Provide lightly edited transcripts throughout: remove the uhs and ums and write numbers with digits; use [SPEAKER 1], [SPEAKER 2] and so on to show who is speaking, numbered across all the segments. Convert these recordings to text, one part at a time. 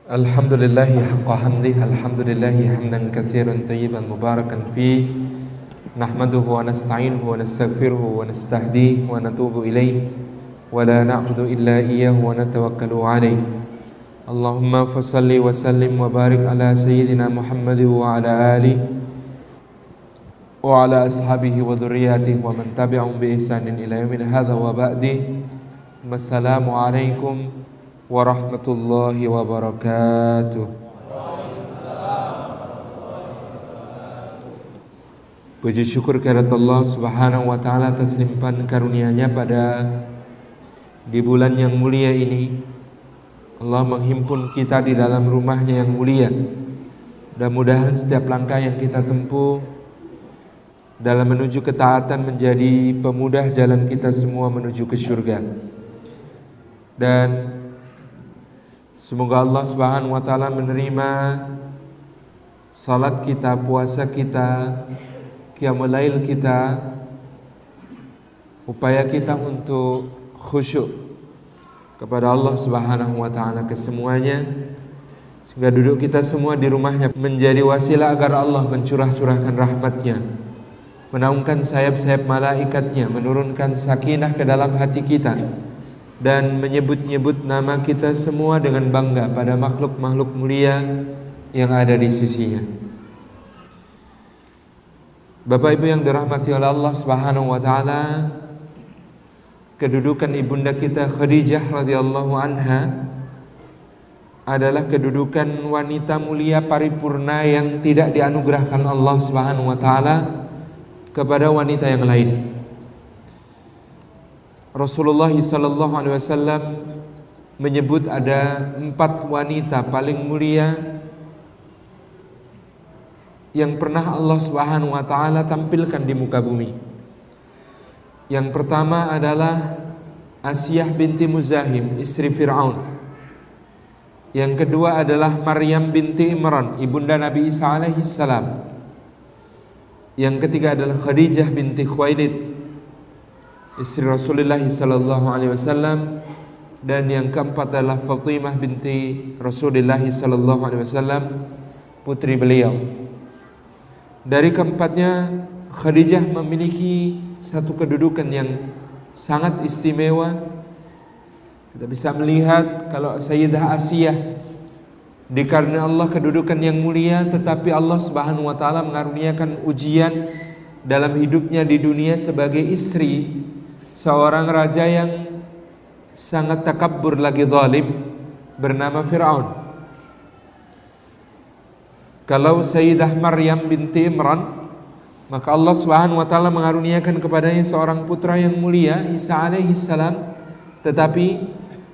[SPEAKER 1] Alhamdulillahi haqqa hamdih, alhamdulillahi hamdan katsiran tayyiban mubarakan fih. Nahmaduhu wa nasta'inuhu wa nastaghfiruhu wa nastahdihi wa natubu ilaih wa la na'budu illa iyyahu wa natawakkalu alaih. Allahumma fasalli wa sallim wa barik ala sayyidina Muhammad wa ala alihi wa ala ashabihi wa dhurriyyatihi wa man tabi'ahum bi ihsanin ila yaumil hadza wa ba'di. Assalamu alaikum warahmatullahi wabarakatuh. Puji syukur kehadirat Allah Subhanahu wa taala atas limpahan karunia-Nya pada di bulan yang mulia ini. Allah menghimpun kita di dalam rumah-Nya yang mulia. Mudah-mudahan setiap langkah yang kita tempuh dalam menuju ketaatan menjadi pemudah jalan kita semua menuju ke surga. Dan semoga Allah Subhanahu wa taala menerima salat kita, puasa kita, qiyamul lail kita, upaya kita untuk khusyuk kepada Allah Subhanahu wa taala kesemuanya, sehingga duduk kita semua di rumahnya menjadi wasilah agar Allah mencurah-curahkan rahmat-Nya, menaungkan sayap-sayap malaikatnya, menurunkan sakinah ke dalam hati kita, dan menyebut-nyebut nama kita semua dengan bangga pada makhluk-makhluk mulia yang ada di sisinya. Bapak Ibu yang dirahmati oleh Allah Subhanahu wa taala, kedudukan ibunda kita Khadijah radhiyallahu anha adalah kedudukan wanita mulia paripurna yang tidak dianugerahkan Allah Subhanahu wa taala kepada wanita yang lain. Rasulullah SAW menyebut ada 4 wanita paling mulia yang pernah Allah Subhanahu wa taala tampilkan di muka bumi. Yang pertama adalah Asiyah binti Muzahim, istri Fir'aun. Yang kedua adalah Maryam binti Imran, ibunda Nabi Isa alaihi salam. Yang ketiga adalah Khadijah binti Khuwailid, istri Rasulullah sallallahu alaihi wasallam, dan yang keempat adalah Fatimah binti Rasulullah sallallahu alaihi wasallam, putri beliau. Dari keempatnya, Khadijah memiliki satu kedudukan yang sangat istimewa. Kita bisa melihat kalau Sayyidah Asiyah dikarenakan Allah kedudukan yang mulia, tetapi Allah Subhanahu wa taala mengaruniakan ujian dalam hidupnya di dunia sebagai istri seorang raja yang sangat takabbur lagi zalim bernama Fir'aun. Kalau Sayyidah Maryam binti Imran, maka Allah Subhanahu wa taala mengaruniakan kepadanya seorang putra yang mulia, Isa alaihi salam, tetapi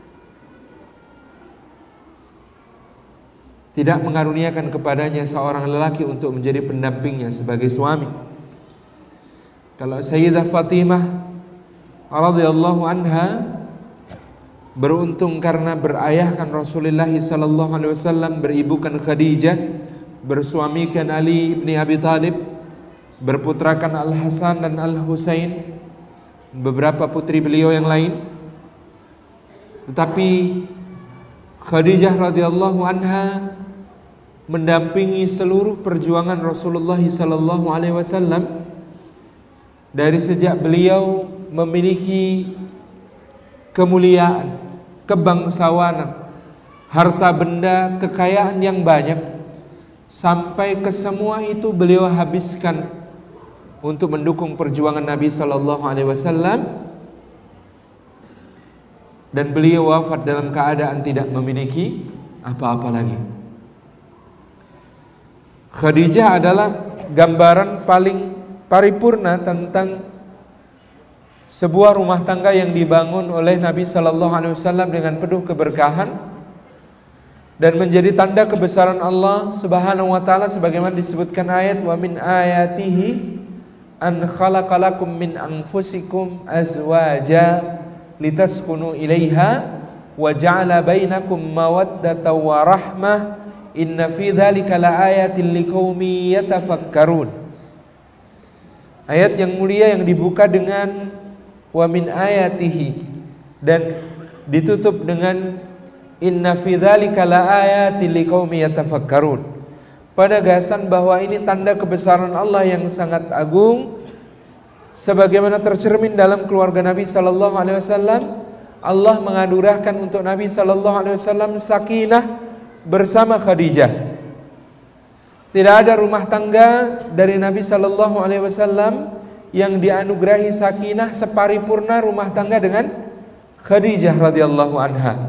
[SPEAKER 1] tidak mengaruniakan kepadanya seorang lelaki untuk menjadi pendampingnya sebagai suami. Kalau Sayyidah Fatimah radhiyallahu anha beruntung karena berayahkan Rasulullah sallallahu alaihi wasallam, beribukan Khadijah, bersuamikan Ali bin Abi Thalib, berputrakan Al Hasan dan Al Husain, beberapa putri beliau yang lain. Tetapi Khadijah radhiyallahu anha mendampingi seluruh perjuangan Rasulullah sallallahu alaihi wasallam dari sejak beliau memiliki kemuliaan, kebangsawanan, harta benda, kekayaan yang banyak, sampai ke semua itu beliau habiskan untuk mendukung perjuangan Nabi sallallahu alaihi wasallam, dan beliau wafat dalam keadaan tidak memiliki apa-apa lagi. Khadijah adalah gambaran paling paripurna tentang sebuah rumah tangga yang dibangun oleh Nabi sallallahu alaihi wasallam dengan penuh keberkahan dan menjadi tanda kebesaran Allah Subhanahu wa taala sebagaimana disebutkan ayat wa min ayatihi an khalaqalakum min anfusikum azwaja litaskunu ilaiha wa ja'ala bainakum mawaddatan wa rahmah inna fi dzalika laayatin liqaumin yatafakkarun. Ayat yang mulia yang dibuka dengan wa min ayatihi dan ditutup dengan inna fi dzalika laayatil liqaumin yatafakkarun. Penegasan bahwa ini tanda kebesaran Allah yang sangat agung, sebagaimana tercermin dalam keluarga Nabi sallallahu alaihi wasallam. Allah menganugerahkan untuk Nabi sallallahu alaihi wasallam sakinah bersama Khadijah. Tidak ada rumah tangga dari Nabi sallallahu alaihi wasallam yang dianugerahi sakinah separipurna rumah tangga dengan Khadijah radhiyallahu anha.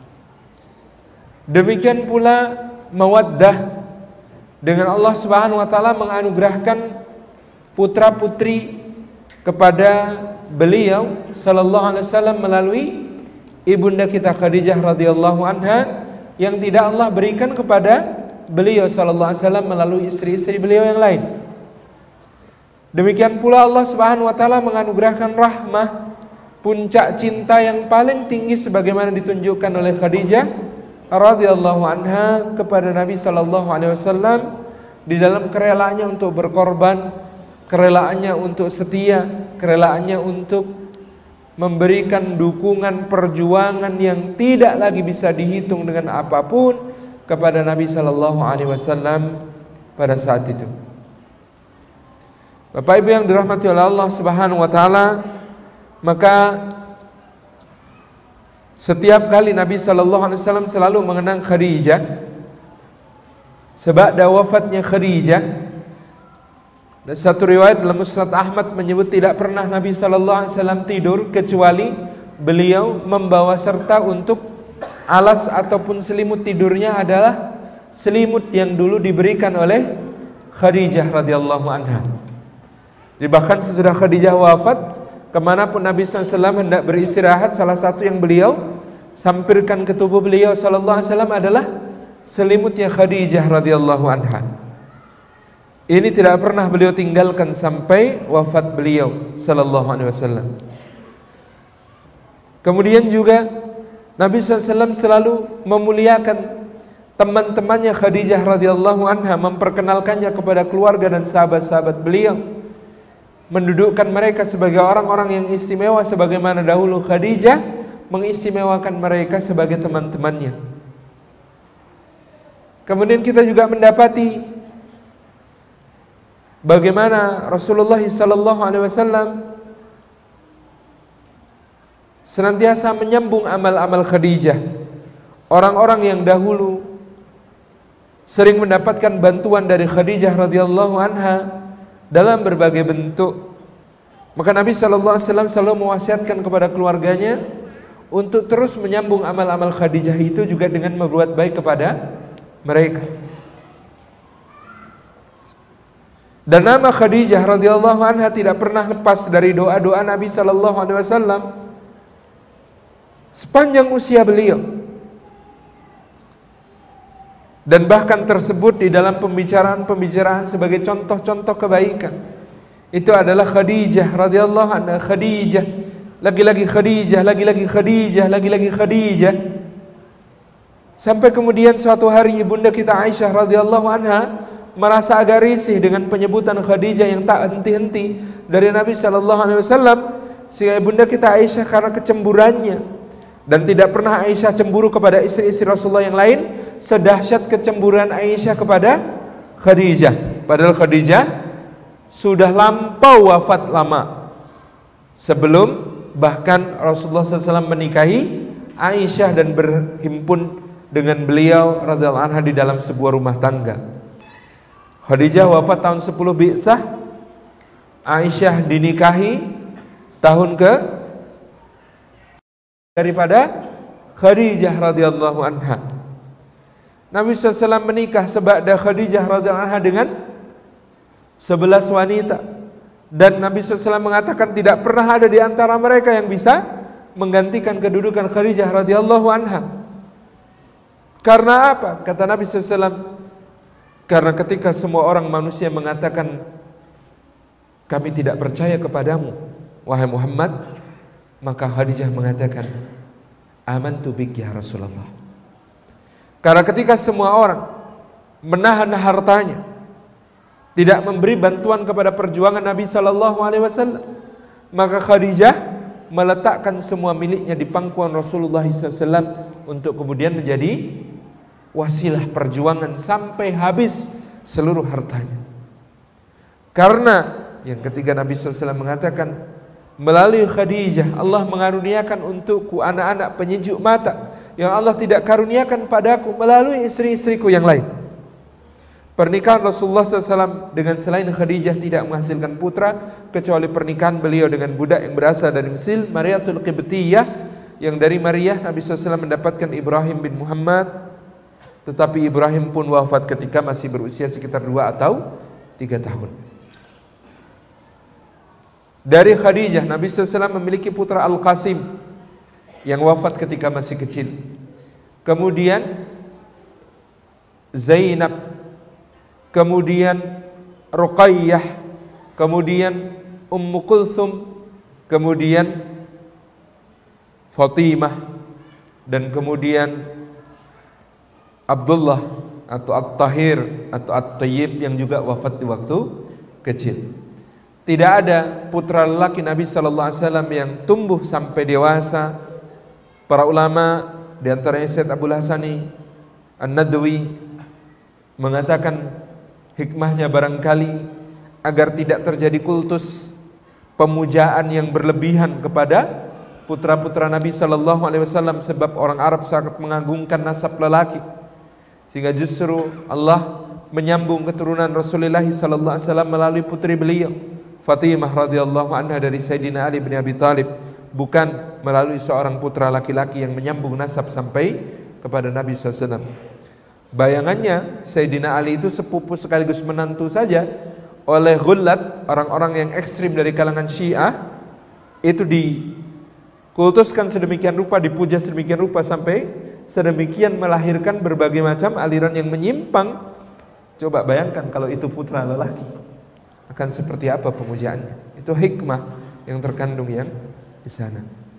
[SPEAKER 1] Demikian pula mawaddah, dengan Allah Subhanahu wa taala menganugerahkan putra-putri kepada beliau sallallahu alaihi wasallam melalui ibunda kita Khadijah radhiyallahu anha, yang tidak Allah berikan kepada beliau sallallahu alaihi wasallam melalui istri-istri beliau yang lain. Demikian pula Allah Subhanahu wa taala menganugerahkan rahmah, puncak cinta yang paling tinggi sebagaimana ditunjukkan oleh Khadijah radhiyallahu anha kepada Nabi sallallahu alaihi wasallam di dalam kerelaannya untuk berkorban, kerelaannya untuk setia, kerelaannya untuk memberikan dukungan perjuangan yang tidak lagi bisa dihitung dengan apapun kepada Nabi sallallahu alaihi wasallam pada saat itu. Bapak Ibu yang dirahmati oleh Allah Subhanahu wa taala, maka setiap kali Nabi sallallahu alaihi wasallam selalu mengenang Khadijah, sebab wafatnya Khadijah. Dan satu riwayat dalam Musnad Ahmad menyebut tidak pernah Nabi sallallahu alaihi wasallam tidur kecuali beliau membawa serta untuk alas ataupun selimut tidurnya adalah selimut yang dulu diberikan oleh Khadijah radhiyallahu anha. Jadi bahkan sesudah Khadijah wafat, kemanapun Nabi SAW hendak beristirahat, salah satu yang beliau sampirkan ke tubuh beliau sallallahu alaihi wasallam adalah selimutnya Khadijah radhiyallahu anha. Ini tidak pernah beliau tinggalkan sampai wafat beliau sallallahu alaihi wasallam. Kemudian juga Nabi SAW selalu memuliakan teman-temannya Khadijah radhiyallahu anha, memperkenalkannya kepada keluarga dan sahabat-sahabat beliau, mendudukkan mereka sebagai orang-orang yang istimewa sebagaimana dahulu Khadijah mengistimewakan mereka sebagai teman-temannya. Kemudian kita juga mendapati bagaimana Rasulullah sallallahu alaihi wasallam senantiasa menyambung amal-amal Khadijah. Orang-orang yang dahulu sering mendapatkan bantuan dari Khadijah radhiyallahu anha dalam berbagai bentuk. Maka Nabi sallallahu alaihi wasallam selalu mewasiatkan kepada keluarganya untuk terus menyambung amal-amal Khadijah itu juga dengan berbuat baik kepada mereka. Dan nama Khadijah radhiyallahu anha tidak pernah lepas dari doa-doa Nabi sallallahu alaihi wasallam sepanjang usia beliau. Dan bahkan tersebut di dalam pembicaraan-pembicaraan sebagai contoh-contoh kebaikan. Itu adalah Khadijah radhiyallahu anha, Khadijah, lagi-lagi Khadijah, lagi-lagi Khadijah, lagi-lagi Khadijah. Sampai kemudian suatu hari ibunda kita Aisyah radhiyallahu anha merasa agak risih dengan penyebutan Khadijah yang tak henti-henti dari Nabi sallallahu alaihi wasallam, sehingga ibunda kita Aisyah karena kecemburannya, dan tidak pernah Aisyah cemburu kepada istri-istri Rasulullah yang lain sedahsyat kecemburuan Aisyah kepada Khadijah. Padahal Khadijah sudah lampau wafat lama sebelum bahkan Rasulullah SAW menikahi Aisyah dan berhimpun dengan beliau radhiyallahu anha di dalam sebuah rumah tangga. Khadijah wafat tahun 10 Bi'sah, Aisyah dinikahi tahun ke daripada Khadijah radhiyallahu anha. Nabi SAW menikah sebada Khadijah radhiyallahu anha dengan 11 wanita, dan Nabi SAW mengatakan tidak pernah ada di antara mereka yang bisa menggantikan kedudukan Khadijah radhiyallahu anha. Karena apa? Kata Nabi SAW, karena ketika semua orang manusia mengatakan kami tidak percaya kepadamu wahai Muhammad, maka Khadijah mengatakan amantu bik ya Rasulullah. Karena ketika semua orang menahan hartanya, tidak memberi bantuan kepada perjuangan Nabi sallallahu alaihi wasallam, maka Khadijah meletakkan semua miliknya di pangkuan Rasulullah SAW untuk kemudian menjadi wasilah perjuangan sampai habis seluruh hartanya. Karena yang ketiga Nabi SAW mengatakan, melalui Khadijah Allah mengaruniakan untukku anak-anak penyejuk mata yang Allah tidak karuniakan padaku melalui istri-istriku yang lain. Pernikahan Rasulullah SAW dengan selain Khadijah tidak menghasilkan putra, kecuali pernikahan beliau dengan budak yang berasal dari Mesir, Mariatul Qibtiyah, yang dari Maria Nabi SAW mendapatkan Ibrahim bin Muhammad. Tetapi Ibrahim pun wafat ketika masih berusia sekitar 2 atau 3 tahun. Dari Khadijah Nabi SAW memiliki putra Al-Qasim yang wafat ketika masih kecil. Kemudian Zainab, kemudian Ruqayyah, kemudian Ummu Kulthum, kemudian Fatimah, dan kemudian Abdullah atau At-Tahir atau At-Tayyib yang juga wafat di waktu kecil. Tidak ada putra lelaki Nabi SAW yang tumbuh sampai dewasa. Para ulama di antaranya Syed Abdul Hasani An-Nadwi mengatakan hikmahnya barangkali agar tidak terjadi kultus pemujaan yang berlebihan kepada putra-putra Nabi SAW, sebab orang Arab sangat mengagungkan nasab lelaki, sehingga justru Allah menyambung keturunan Rasulullah SAW melalui putri beliau Fatimah radhiyallahu anha dari Sayyidina Ali bin Abi Thalib, bukan melalui seorang putra laki-laki yang menyambung nasab sampai kepada Nabi SAW. Bayangannya Sayyidina Ali itu sepupu sekaligus menantu saja oleh Ghullat, orang-orang yang ekstrim dari kalangan Syiah, itu dikultuskan sedemikian rupa, dipuja sedemikian rupa, sampai sedemikian melahirkan berbagai macam aliran yang menyimpang. Coba bayangkan kalau itu putra lelaki, akan seperti apa pemujaannya. Itu hikmah yang terkandung yang di sana.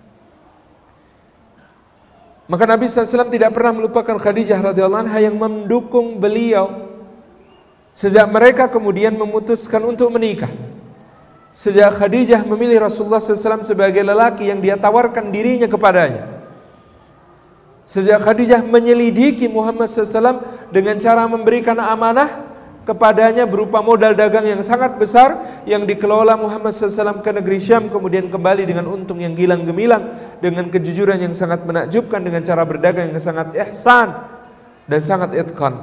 [SPEAKER 1] Maka Nabi SAW tidak pernah melupakan Khadijah radhiyallahu anha yang mendukung beliau sejak mereka kemudian memutuskan untuk menikah. Sejak Khadijah memilih Rasulullah SAW sebagai lelaki yang dia tawarkan dirinya kepadanya. Sejak Khadijah menyelidiki Muhammad SAW dengan cara memberikan amanah kepadanya berupa modal dagang yang sangat besar yang dikelola Muhammad SAW ke negeri Syam, kemudian kembali dengan untung yang gilang gemilang, dengan kejujuran yang sangat menakjubkan, dengan cara berdagang yang sangat ihsan dan sangat itqan.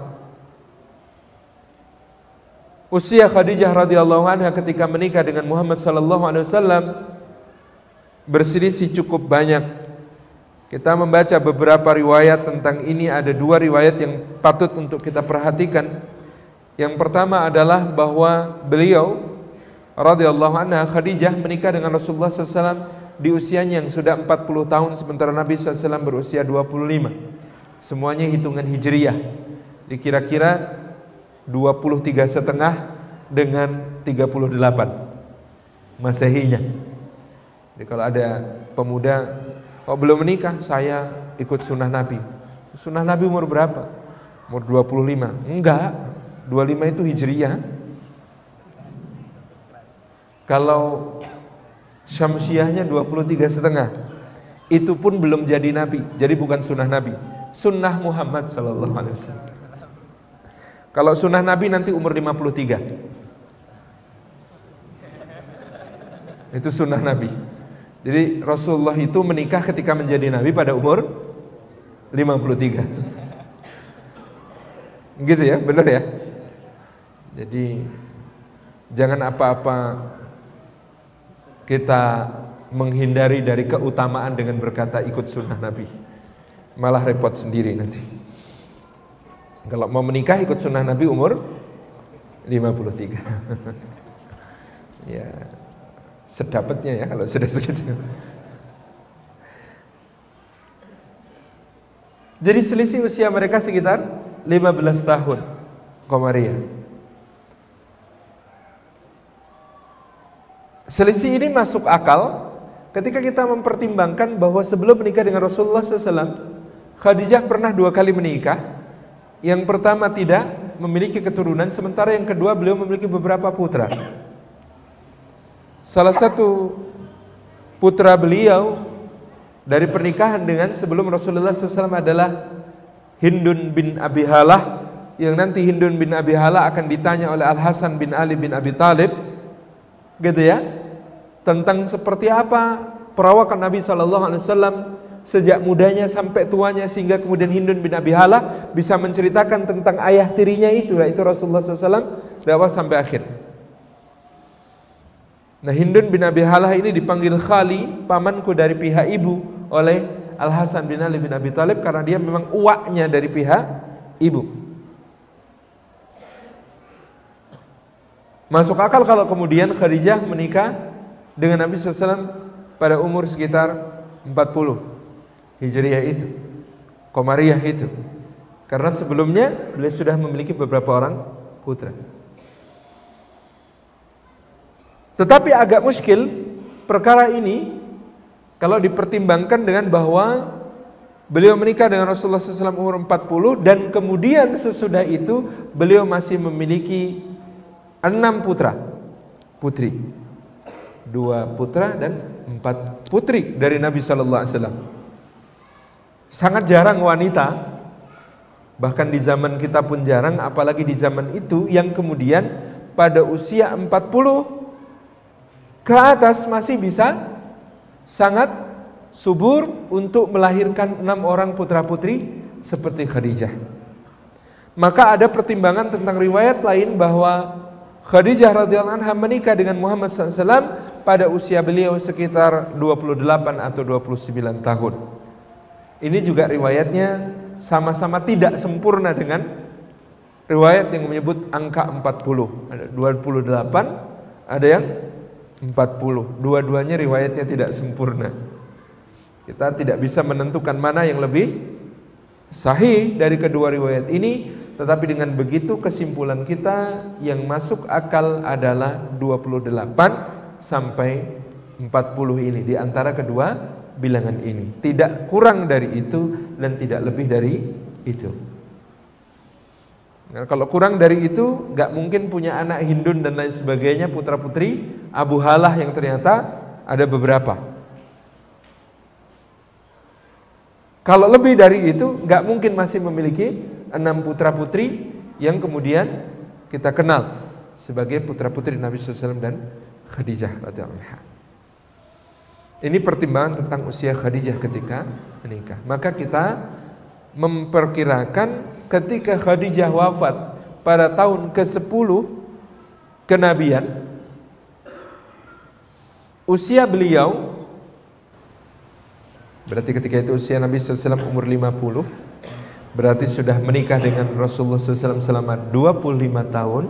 [SPEAKER 1] Usia Khadijah radhiyallahu anha ketika menikah dengan Muhammad SAW berselisih cukup banyak. Kita membaca beberapa riwayat tentang ini, ada 2 riwayat yang patut untuk kita perhatikan. Yang pertama adalah bahwa beliau radhiyallahu anha, Khadijah, menikah dengan Rasulullah SAW di usianya yang sudah 40 tahun, sementara Nabi SAW berusia 25. Semuanya hitungan hijriyah, dikira-kira 23,5 dengan 38 Masehinya. Jadi kalau ada pemuda, oh belum menikah, saya ikut sunnah Nabi. Sunnah Nabi umur berapa? Umur 25. Enggak, 25 itu hijriyah. Kalau syamsiahnya 23,5, itu pun belum jadi Nabi. Jadi bukan sunnah Nabi, sunnah Muhammad SAW. Kalau sunnah Nabi nanti umur 53, itu sunnah Nabi. Jadi Rasulullah itu menikah ketika menjadi Nabi pada umur 53. Gitu ya, benar ya. Jadi jangan apa-apa kita menghindari dari keutamaan dengan berkata ikut sunnah Nabi, malah repot sendiri nanti. Kalau mau menikah ikut sunnah Nabi umur 53. Ya sedapatnya ya kalau sudah segitu. Jadi selisih usia mereka sekitar 15 tahun Komariah. Selisih ini masuk akal ketika kita mempertimbangkan bahwa sebelum menikah dengan Rasulullah SAW, Khadijah pernah 2 kali menikah. Yang pertama tidak memiliki keturunan, sementara yang kedua beliau memiliki beberapa putra. Salah satu putra beliau dari pernikahan dengan sebelum Rasulullah SAW adalah Hindun bin Abi Halah, yang nanti Hindun bin Abi Halah akan ditanya oleh Al-Hasan bin Ali bin Abi Thalib, gitu ya, tentang seperti apa perawakan Nabi SAW sejak mudanya sampai tuanya, sehingga kemudian Hindun bin Abi Halah bisa menceritakan tentang ayah tirinya itu, yaitu Rasulullah SAW dakwah sampai akhir. Nah, Hindun bin Abi Halah ini dipanggil Khali, pamanku dari pihak ibu, oleh Al-Hasan bin Ali bin Abi Thalib, karena dia memang uaknya dari pihak ibu. Masuk akal kalau kemudian Khadijah menikah dengan Nabi SAW pada umur sekitar 40 Hijriah itu, Qamariyah itu, karena sebelumnya beliau sudah memiliki beberapa orang putra. Tetapi agak muskil perkara ini kalau dipertimbangkan dengan bahwa beliau menikah dengan Rasulullah SAW umur 40, dan kemudian sesudah itu beliau masih memiliki 6 putra putri, 2 putra dan 4 putri dari Nabi SAW. Sangat jarang wanita, bahkan di zaman kita pun jarang, apalagi di zaman itu, yang kemudian pada usia 40 ke atas masih bisa sangat subur untuk melahirkan 6 orang putra putri seperti Khadijah. Maka ada pertimbangan tentang riwayat lain bahwa Khadijah radhiyallahu anha menikah dengan Muhammad SAW pada usia beliau sekitar 28 atau 29 tahun. Ini juga riwayatnya sama-sama tidak sempurna dengan riwayat yang menyebut angka 40. Ada 28, ada yang 40. Dua-duanya riwayatnya tidak sempurna. Kita tidak bisa menentukan mana yang lebih sahih dari kedua riwayat ini, tetapi dengan begitu kesimpulan kita yang masuk akal adalah 28 sampai 40 ini di antara kedua bilangan ini, tidak kurang dari itu dan tidak lebih dari itu. Nah, kalau kurang dari itu, nggak mungkin punya anak Hindun dan lain sebagainya, putra putri Abu Halah yang ternyata ada beberapa. Kalau lebih dari itu, nggak mungkin masih memiliki 6 putra putri yang kemudian kita kenal sebagai putra putri Nabi SAW dan Khadijah radhiyallahu anha. Ini pertimbangan tentang usia Khadijah ketika menikah. Maka kita memperkirakan ketika Khadijah wafat pada tahun ke-10 kenabian, usia beliau, berarti ketika itu usia Nabi SAW umur 50, berarti sudah menikah dengan Rasulullah SAW selama 25 tahun.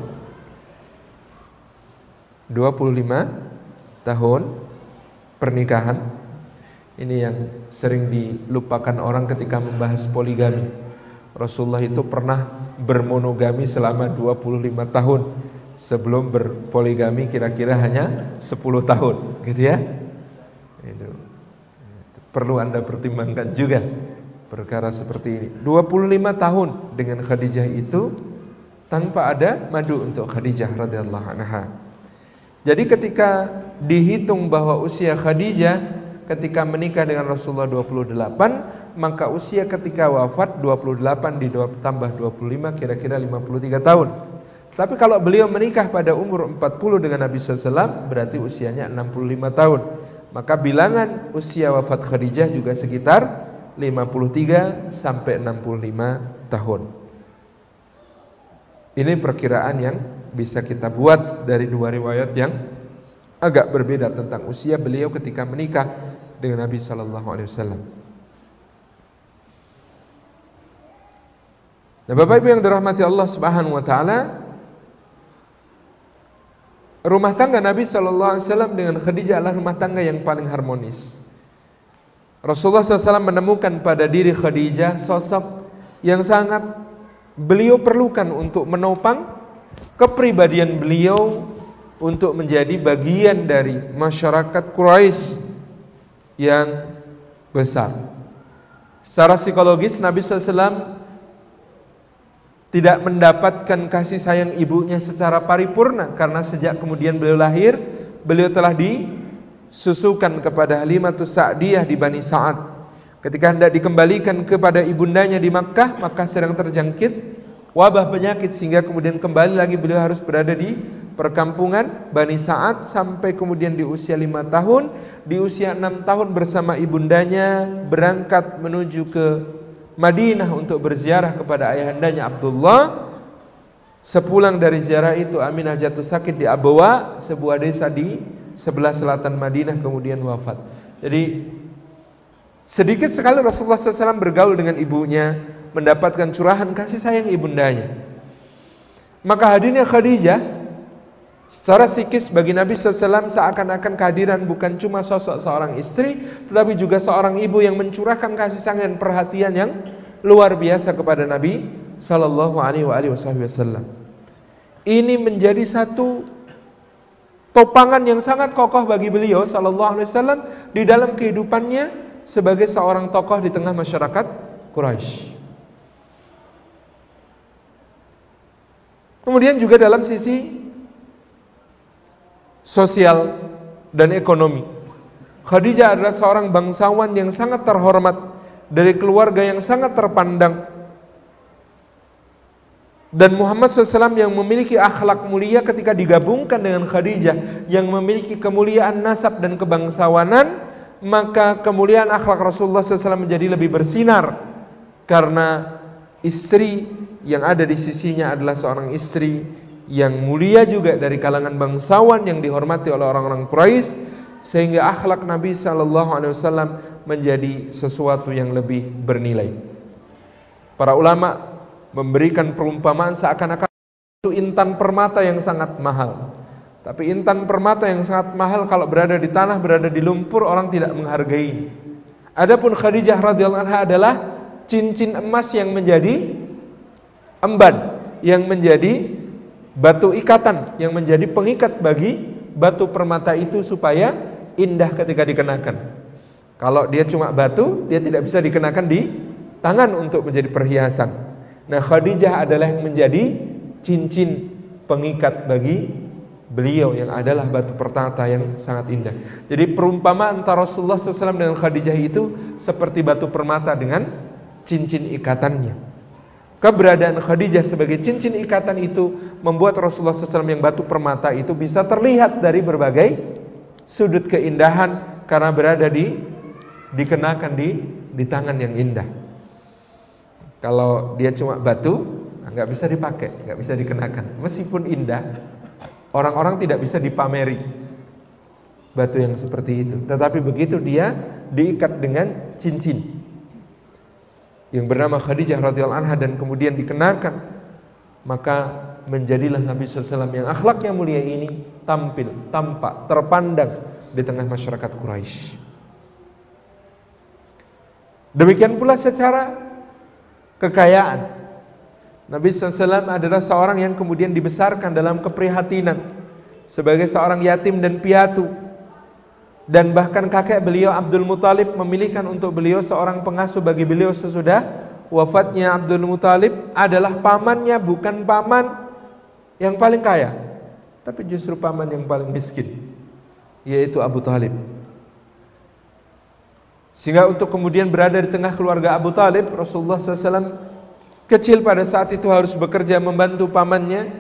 [SPEAKER 1] 25 tahun pernikahan. Ini yang sering dilupakan orang ketika membahas poligami. Rasulullah itu pernah bermonogami selama 25 tahun. Sebelum berpoligami kira-kira hanya 10 tahun, gitu ya. Itu perlu Anda pertimbangkan juga perkara seperti ini. 25 tahun dengan Khadijah itu tanpa ada madu untuk Khadijah radhiyallahu anha. Jadi ketika dihitung bahwa usia Khadijah ketika menikah dengan Rasulullah 28, maka usia ketika wafat 28 ditambah 25 kira-kira 53 tahun. Tapi kalau beliau menikah pada umur 40 dengan Nabi SAW, berarti usianya 65 tahun. Maka bilangan usia wafat Khadijah juga sekitar 53 sampai 65 tahun. Ini perkiraan yang bisa kita buat dari dua riwayat yang agak berbeda tentang usia beliau ketika menikah dengan Nabi sallallahu alaihi wasallam. Nah, Bapak Ibu yang dirahmati Allah Subhanahu wa taala, rumah tangga Nabi sallallahu alaihi wasallam dengan Khadijah adalah rumah tangga yang paling harmonis. Rasulullah SAW menemukan pada diri Khadijah sosok yang sangat beliau perlukan untuk menopang kepribadian beliau untuk menjadi bagian dari masyarakat Quraisy yang besar. Secara psikologis Nabi SAW tidak mendapatkan kasih sayang ibunya secara paripurna, karena sejak kemudian beliau lahir, beliau telah susukan kepada Halimatus Sa'diyah di Bani Sa'ad. Ketika hendak dikembalikan kepada ibundanya di Makkah, maka sedang terjangkit wabah penyakit, sehingga kemudian kembali lagi beliau harus berada di perkampungan Bani Sa'ad sampai kemudian di usia 5 tahun. Di usia 6 tahun bersama ibundanya berangkat menuju ke Madinah untuk berziarah kepada ayahandanya Abdullah. Sepulang dari ziarah itu Aminah jatuh sakit di Abwa, sebuah desa di sebelah selatan Madinah, kemudian wafat. Jadi sedikit sekali Rasulullah SAW bergaul dengan ibunya, mendapatkan curahan kasih sayang ibundanya. Maka hadirnya Khadijah secara psikis bagi Nabi SAW seakan-akan kehadiran bukan cuma sosok seorang istri, tetapi juga seorang ibu yang mencurahkan kasih sayang dan perhatian yang luar biasa kepada Nabi Sallallahu Alaihi Wasallam. Ini menjadi satu topangan yang sangat kokoh bagi beliau Sallallahu Alaihi Wasallam di dalam kehidupannya sebagai seorang tokoh di tengah masyarakat Quraisy. Kemudian juga dalam sisi sosial dan ekonomi, Khadijah adalah seorang bangsawan yang sangat terhormat dari keluarga yang sangat terpandang. Dan Muhammad SAW yang memiliki akhlak mulia ketika digabungkan dengan Khadijah yang memiliki kemuliaan nasab dan kebangsawanan, maka kemuliaan akhlak Rasulullah SAW menjadi lebih bersinar, karena istri yang ada di sisinya adalah seorang istri yang mulia juga dari kalangan bangsawan yang dihormati oleh orang-orang Quraisy, sehingga akhlak Nabi SAW menjadi sesuatu yang lebih bernilai. Para ulama memberikan perumpamaan seakan-akan itu intan permata yang sangat mahal. Tapi intan permata yang sangat mahal kalau berada di tanah, berada di lumpur, orang tidak menghargai. Adapun Khadijah radhiyallahu anha adalah cincin emas yang menjadi emban, yang menjadi batu ikatan, yang menjadi pengikat bagi batu permata itu supaya indah ketika dikenakan. Kalau dia cuma batu, dia tidak bisa dikenakan di tangan untuk menjadi perhiasan. Nah, Khadijah adalah yang menjadi cincin pengikat bagi beliau, yang adalah batu permata yang sangat indah. Jadi perumpamaan antara Rasulullah SAW dengan Khadijah itu seperti batu permata dengan cincin ikatannya. Keberadaan Khadijah sebagai cincin ikatan itu membuat Rasulullah SAW yang batu permata itu bisa terlihat dari berbagai sudut keindahan, karena berada dikenakan di tangan yang indah. Kalau dia cuma batu, nggak bisa dipakai, nggak bisa dikenakan. Meskipun indah, orang-orang tidak bisa dipameri batu yang seperti itu. Tetapi begitu dia diikat dengan cincin yang bernama Khadijah radhiyallahu anha dan kemudian dikenakan, maka menjadilah Nabi SAW yang akhlaknya mulia ini tampil, tampak, terpandang di tengah masyarakat Quraisy. Demikian pula secara kekayaan, Nabi SAW adalah seorang yang kemudian dibesarkan dalam keprihatinan sebagai seorang yatim dan piatu. Dan bahkan kakek beliau Abdul Muthalib memilihkan untuk beliau seorang pengasuh bagi beliau sesudah wafatnya Abdul Muthalib adalah pamannya, bukan paman yang paling kaya, tapi justru paman yang paling miskin, yaitu Abu Thalib. Sehingga untuk kemudian berada di tengah keluarga Abu Thalib, Rasulullah SAW kecil pada saat itu harus bekerja membantu pamannya.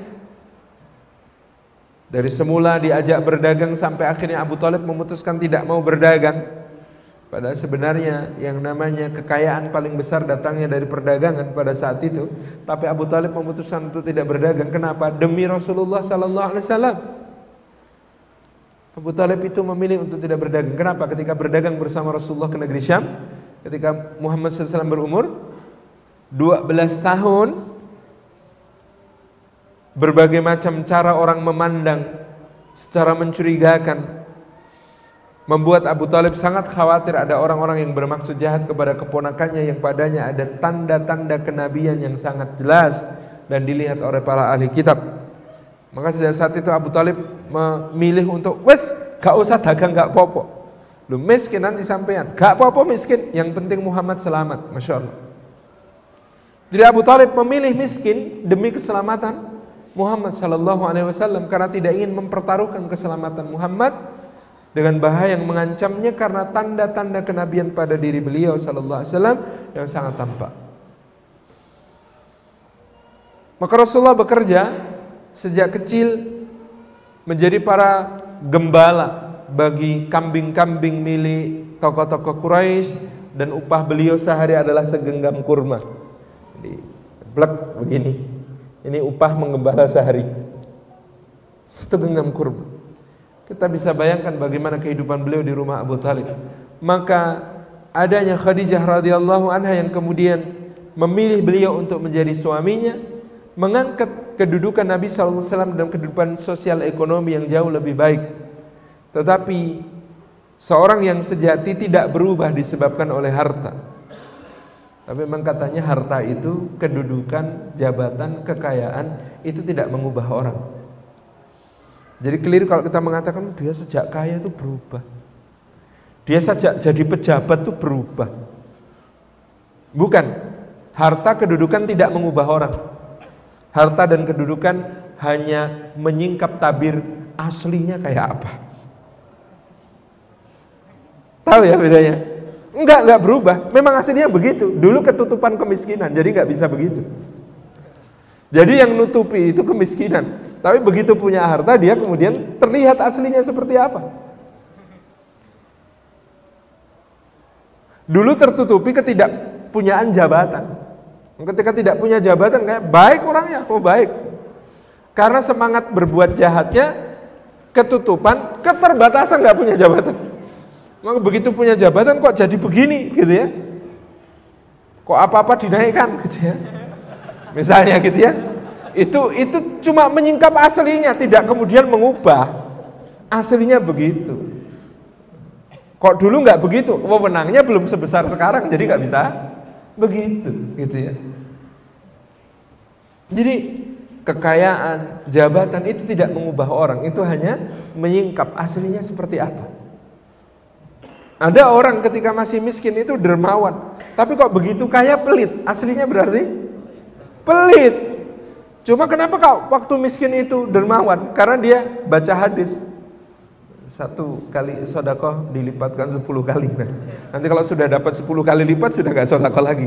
[SPEAKER 1] Dari semula diajak berdagang sampai akhirnya Abu Thalib memutuskan tidak mau berdagang. Padahal sebenarnya yang namanya kekayaan paling besar datangnya dari perdagangan pada saat itu. Tapi Abu Thalib memutuskan untuk tidak berdagang. Kenapa? Demi Rasulullah SAW. Abu Thalib itu memilih untuk tidak berdagang. Kenapa? Ketika berdagang bersama Rasulullah ke negeri Syam, ketika Muhammad SAW berumur 12 tahun, berbagai macam cara orang memandang secara mencurigakan membuat Abu Thalib sangat khawatir ada orang-orang yang bermaksud jahat kepada keponakannya yang padanya ada tanda-tanda kenabian yang sangat jelas dan dilihat oleh para ahli kitab. Maka sejak saat itu Abu Thalib memilih untuk gak usah dagang, gak apa-apa. Lu miskin nanti sampean, gak apa-apa miskin, yang penting Muhammad selamat. Masya Allah. Jadi Abu Thalib memilih miskin demi keselamatan Muhammad SAW, karena tidak ingin mempertaruhkan keselamatan Muhammad dengan bahaya yang mengancamnya karena tanda-tanda kenabian pada diri beliau sallallahu alaihi wasallam yang sangat tampak. Maka Rasulullah bekerja sejak kecil menjadi para gembala bagi kambing-kambing milik tokoh-tokoh Quraisy, dan upah beliau sehari adalah segenggam kurma. Jadi, blek begini. Ini upah menggembala sehari. Satu genggam kurma. Kita bisa bayangkan bagaimana kehidupan beliau di rumah Abu Thalib. Maka adanya Khadijah radhiyallahu anha yang kemudian memilih beliau untuk menjadi suaminya, mengangkat kedudukan Nabi sallallahu alaihi wasallam dalam kehidupan sosial ekonomi yang jauh lebih baik. Tetapi seorang yang sejati tidak berubah disebabkan oleh harta. Tapi memang katanya harta itu, kedudukan, jabatan, kekayaan itu tidak mengubah orang. Jadi keliru kalau kita mengatakan dia sejak kaya itu berubah, dia sejak jadi pejabat itu berubah. Bukan. Harta, kedudukan tidak mengubah orang. Harta dan kedudukan hanya menyingkap tabir aslinya kayak apa. Tahu ya bedanya? Enggak berubah. Memang aslinya begitu. Dulu ketutupan kemiskinan, jadi enggak bisa begitu. Jadi yang nutupi itu kemiskinan. Tapi begitu punya harta, dia kemudian terlihat aslinya seperti apa. Dulu tertutupi ketidakpunyaan jabatan. Ketika tidak punya jabatan, kayak baik orangnya, kok baik. Karena semangat berbuat jahatnya ketutupan, keterbatasan, nggak punya jabatan. Maka begitu punya jabatan kok jadi begini gitu ya. Kok apa-apa dinaikkan gitu ya. Misalnya gitu ya. Itu cuma menyingkap aslinya, tidak kemudian mengubah. Aslinya begitu. Kok dulu nggak begitu? Wewenangnya belum sebesar sekarang, jadi nggak bisa begitu gitu ya. Jadi kekayaan, jabatan itu tidak mengubah orang, itu hanya menyingkap aslinya seperti apa. Ada orang ketika masih miskin itu dermawan, tapi kok begitu kaya pelit, aslinya berarti pelit. Cuma kenapa kau waktu miskin itu dermawan? Karena dia baca hadis, 1 kali sedekah dilipatkan 10 kali. Nanti kalau sudah dapat 10 kali lipat sudah gak sedekah lagi.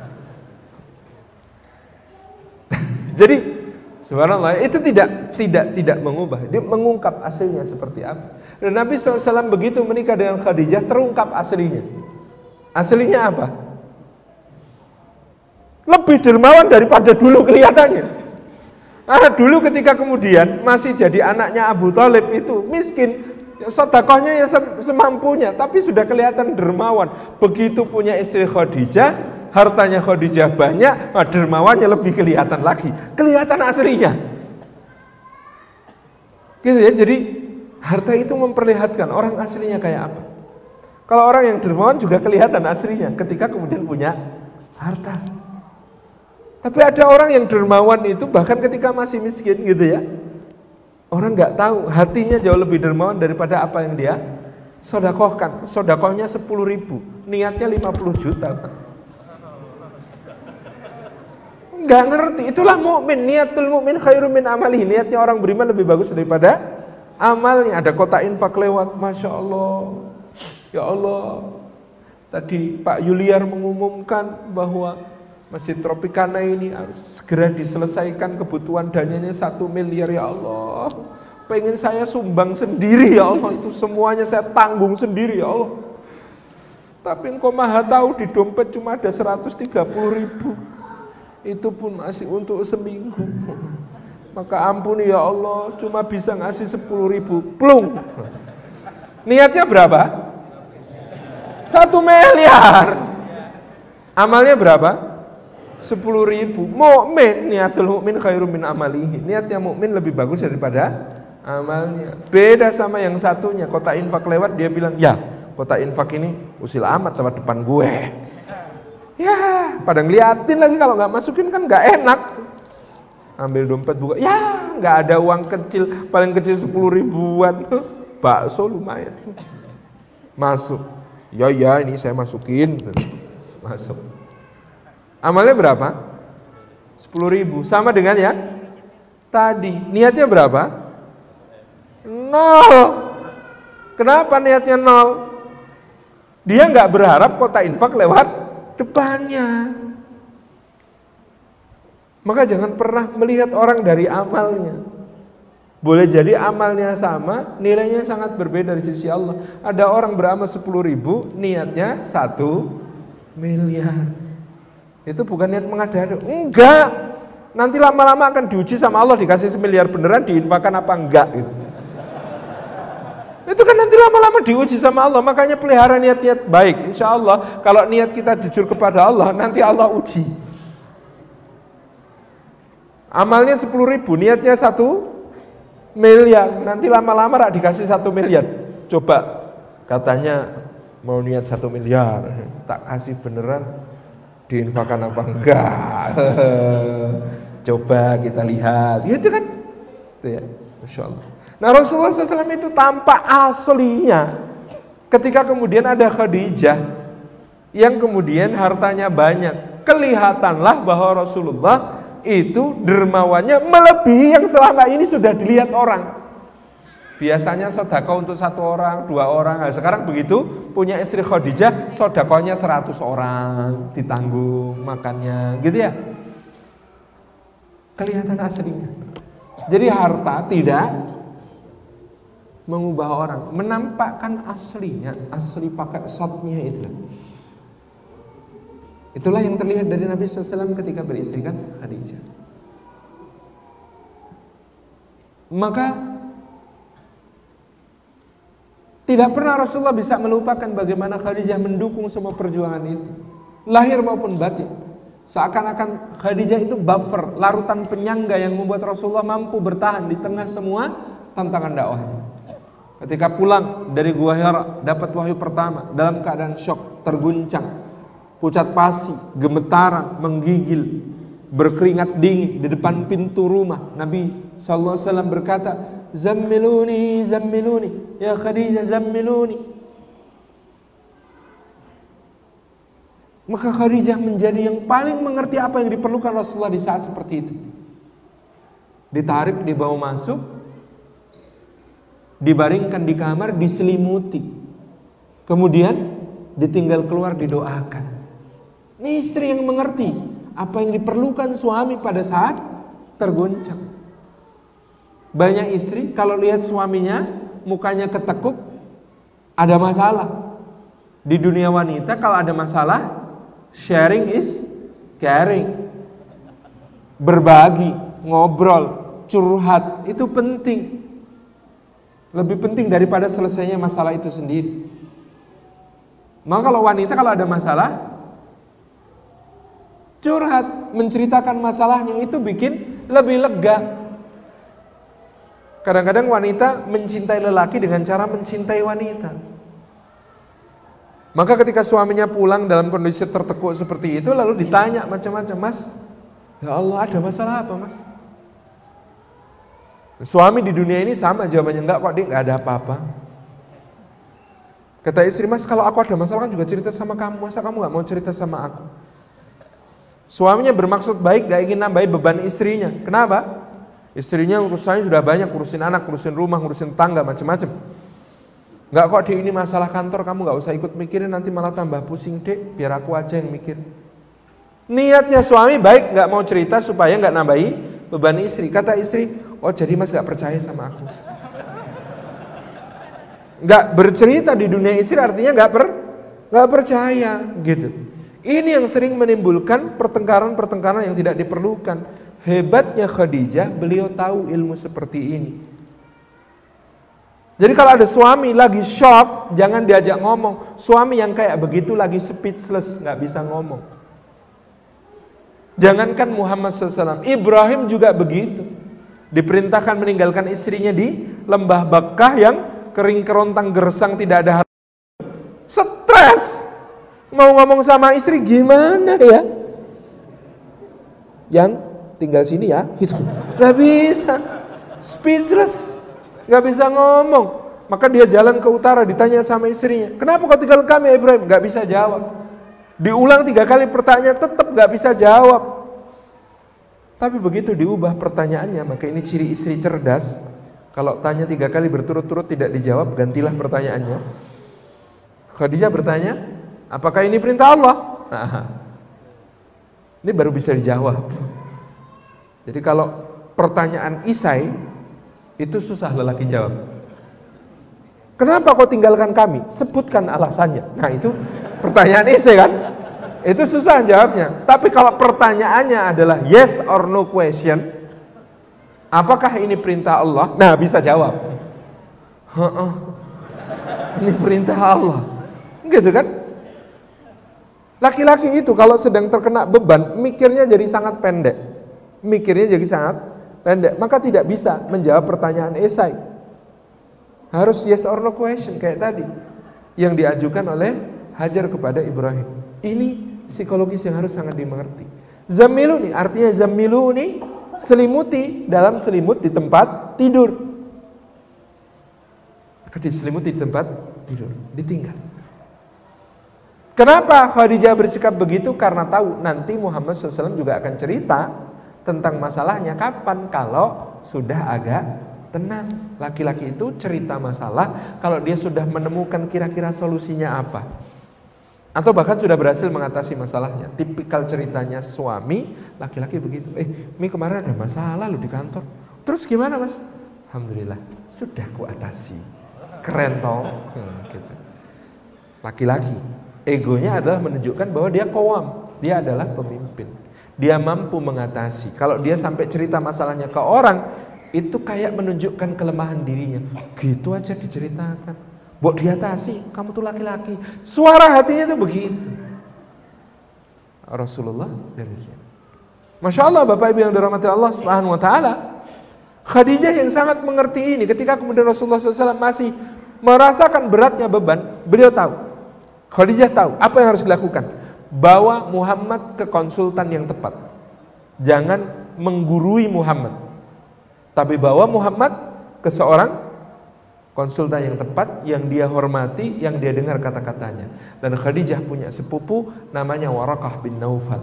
[SPEAKER 1] Jadi subhanallah, itu tidak mengubah. Dia mengungkap aslinya seperti apa. Dan Nabi SAW begitu menikah dengan Khadijah, terungkap aslinya. Aslinya apa? Lebih dermawan daripada dulu kelihatannya. Dulu ketika kemudian masih jadi anaknya Abu Thalib itu miskin, sedekahnya ya semampunya, tapi sudah kelihatan dermawan. Begitu punya istri Khadijah, hartanya Khadijah banyak, dermawannya lebih kelihatan lagi, kelihatan aslinya. Gitu ya. Jadi harta itu memperlihatkan orang aslinya kayak apa. Kalau orang yang dermawan juga kelihatan aslinya ketika kemudian punya harta. Tapi ada orang yang dermawan itu bahkan ketika masih miskin gitu ya. Orang nggak tahu, hatinya jauh lebih dermawan daripada apa yang dia sedekahkan. Sedekahnya 10.000, niatnya 50 juta. Nggak ngerti, itulah mukmin. Niatul mukmin khairum min amalihi. Niatnya orang beriman lebih bagus daripada amalnya. Ada kotak infak lewat, Masya Allah. Ya Allah, tadi Pak Yuliar mengumumkan bahwa Masjid Tropicana ini harus segera diselesaikan, kebutuhan dananya 1 miliar, ya Allah. Pengen saya sumbang sendiri, ya Allah. Itu semuanya saya tanggung sendiri, ya Allah. Tapi Engkau Maha tahu di dompet cuma ada 130.000. Itu pun masih untuk seminggu. Maka ampuni ya Allah, cuma bisa ngasih 10.000. Plung. Niatnya berapa? 1 miliar. Amalnya berapa? 10.000. Mukmin, niatul mukmin khairum min amalihi. Niatnya mukmin lebih bagus daripada amalnya. Beda sama yang satunya, kotak infak lewat, dia bilang, "Ya, kotak infak ini usil amat lewat depan gue." Ya, pada ngeliatin lagi, kalau nggak masukin kan nggak enak. Ambil dompet buka, ya nggak ada uang kecil, paling kecil 10.000-an. Bakso lumayan. Masuk. Ya ini saya masukin. Masuk. Amalnya berapa? 10.000. Sama dengan ya tadi. Niatnya berapa? 0. Kenapa niatnya 0? Dia nggak berharap kota infak lewat depannya. Maka jangan pernah melihat orang dari amalnya. Boleh jadi amalnya sama, nilainya sangat berbeda dari sisi Allah. Ada orang beramal 10.000, niatnya 1 miliar. Itu bukan niat mengada-ada. Enggak. Nanti lama-lama akan diuji sama Allah, dikasih 1 miliar beneran, diinfakkan apa enggak gitu. Itu kan nanti lama-lama diuji sama Allah. Makanya pelihara niat-niat baik. Insya Allah kalau niat kita jujur kepada Allah, nanti Allah uji. Amalnya 10.000, niatnya 1 miliar, nanti lama-lama rak dikasih 1 miliar. Coba, katanya mau niat 1 miliar, tak kasih beneran, diinfakkan apa enggak? Coba kita lihat, gitu kan? Itu ya, Masya Allah. Nah Rasulullah SAW itu tampak aslinya ketika kemudian ada Khadijah yang kemudian hartanya banyak, kelihatanlah bahwa Rasulullah itu dermawannya melebihi yang selama ini sudah dilihat orang. Biasanya sedekah untuk 1 orang, 2 orang. Nah, sekarang begitu punya istri Khadijah, sedekahnya 100 orang ditanggung makannya, gitu ya. Kelihatan aslinya. Jadi harta tidak mengubah orang, menampakkan aslinya, asli pakai shotnya itulah. Itulah yang terlihat dari Nabi SAW ketika beristrikan Khadijah. Maka tidak pernah Rasulullah bisa melupakan bagaimana Khadijah mendukung semua perjuangan itu, lahir maupun batin. Seakan-akan Khadijah itu buffer, larutan penyangga yang membuat Rasulullah mampu bertahan di tengah semua tantangan dakwahnya. Ketika pulang dari Gua Hira, dapat wahyu pertama dalam keadaan syok, terguncang, pucat pasi, gemetaran, menggigil, berkeringat dingin di depan pintu rumah. Nabi SAW berkata, "Zammiluni, zammiluni, ya Khadijah, zammiluni." Maka Khadijah menjadi yang paling mengerti apa yang diperlukan Rasulullah di saat seperti itu. Ditarik, dibawa masuk, dibaringkan di kamar, diselimuti, kemudian ditinggal keluar, didoakan. Ini istri yang mengerti apa yang diperlukan suami pada saat terguncang. Banyak istri kalau lihat suaminya mukanya ketekuk, ada masalah. Di dunia wanita kalau ada masalah, sharing is caring. Berbagi, ngobrol, curhat itu penting. Lebih penting daripada selesainya masalah itu sendiri. Maka kalau wanita kalau ada masalah, curhat, menceritakan masalahnya, itu bikin lebih lega. Kadang-kadang wanita mencintai lelaki dengan cara mencintai wanita. Maka ketika suaminya pulang dalam kondisi tertekuk seperti itu, lalu ditanya macam-macam, "Mas, ya Allah, ada masalah apa, Mas?" Suami di dunia ini sama jawabannya, "Enggak kok, Dik, enggak ada apa-apa." Kata istri, "Mas, kalau aku ada masalah kan juga cerita sama kamu, masa kamu enggak mau cerita sama aku?" Suaminya bermaksud baik, gak ingin nambahi beban istrinya. Kenapa? Istrinya urusannya sudah banyak, ngurusin anak, ngurusin rumah, ngurusin tangga, macam-macam. Enggak kok, Dek, ini masalah kantor, kamu gak usah ikut mikirin, nanti malah tambah pusing, Dek, biar aku aja yang mikir. Niatnya suami baik, gak mau cerita supaya gak nambahi beban istri. Kata istri, "Oh jadi Mas gak percaya sama aku?" Gak bercerita di dunia istri artinya gak percaya gitu. Ini yang sering menimbulkan pertengkaran-pertengkaran yang tidak diperlukan. Hebatnya Khadijah, beliau tahu ilmu seperti ini. Jadi kalau ada suami lagi shock, jangan diajak ngomong. Suami yang kayak begitu lagi speechless, gak bisa ngomong. Jangankan Muhammad SAW, Ibrahim juga begitu. Diperintahkan meninggalkan istrinya di lembah Bakkah yang kering kerontang gersang, tidak ada harta. Stres. Mau ngomong sama istri gimana ya? Yang tinggal sini ya, gitu. Gak bisa, speechless, gak bisa ngomong. Maka dia jalan ke utara, ditanya sama istrinya, "Kenapa kau tinggal kami Ibrahim?" Gak bisa jawab. Diulang 3 kali pertanyaan, tetap gak bisa jawab. Tapi begitu diubah pertanyaannya, maka ini ciri istri cerdas. Kalau tanya 3 kali berturut-turut tidak dijawab, gantilah pertanyaannya. Khadijah bertanya, apakah ini perintah Allah? Nah, ini baru bisa dijawab. Jadi kalau pertanyaan isai itu susah lelaki jawab. Kenapa kau tinggalkan kami? Sebutkan alasannya. Nah, itu pertanyaan isai kan? Itu susah jawabnya. Tapi kalau pertanyaannya adalah yes or no question, apakah ini perintah Allah? Nah, bisa jawab. Ini perintah Allah. Gitu kan? Laki-laki itu kalau sedang terkena beban, mikirnya jadi sangat pendek. Maka tidak bisa menjawab pertanyaan esai. Harus yes or no question kayak tadi yang diajukan oleh Hajar kepada Ibrahim. Ini psikologis yang harus sangat dimengerti. Zammiluni, artinya zammiluni, selimuti dalam selimut di tempat tidur. Diselimuti di tempat tidur, ditinggal. Kenapa Khadijah bersikap begitu? Karena tahu nanti Muhammad SAW juga akan cerita tentang masalahnya kapan, kalau sudah agak tenang. Laki-laki itu cerita masalah kalau dia sudah menemukan kira-kira solusinya apa, atau bahkan sudah berhasil mengatasi masalahnya. Tipikal ceritanya suami laki-laki begitu. Mi kemarin ada masalah lu di kantor. Terus gimana mas? Alhamdulillah sudah kuatasi. Keren toh. Gitu. Laki-laki egonya adalah menunjukkan bahwa dia qawam, dia adalah pemimpin. Dia mampu mengatasi. Kalau dia sampai cerita masalahnya ke orang, itu kayak menunjukkan kelemahan dirinya. Gitu aja diceritakan. Buat diatasi, kamu tuh laki-laki. Suara hatinya tuh begitu. Rasulullah demikian. Masya Allah, Bapak Ibu yang dirahmati Allah Subhanahu Wa Taala. Khadijah yang sangat mengerti ini. Ketika kemudian Rasulullah SAW masih merasakan beratnya beban, beliau tahu. Khadijah tahu apa yang harus dilakukan. Bawa Muhammad ke konsultan yang tepat. Jangan menggurui Muhammad, tapi bawa Muhammad ke seorang konsultan yang tepat, yang dia hormati, yang dia dengar kata-katanya. Dan Khadijah punya sepupu namanya Waraqah bin Naufal.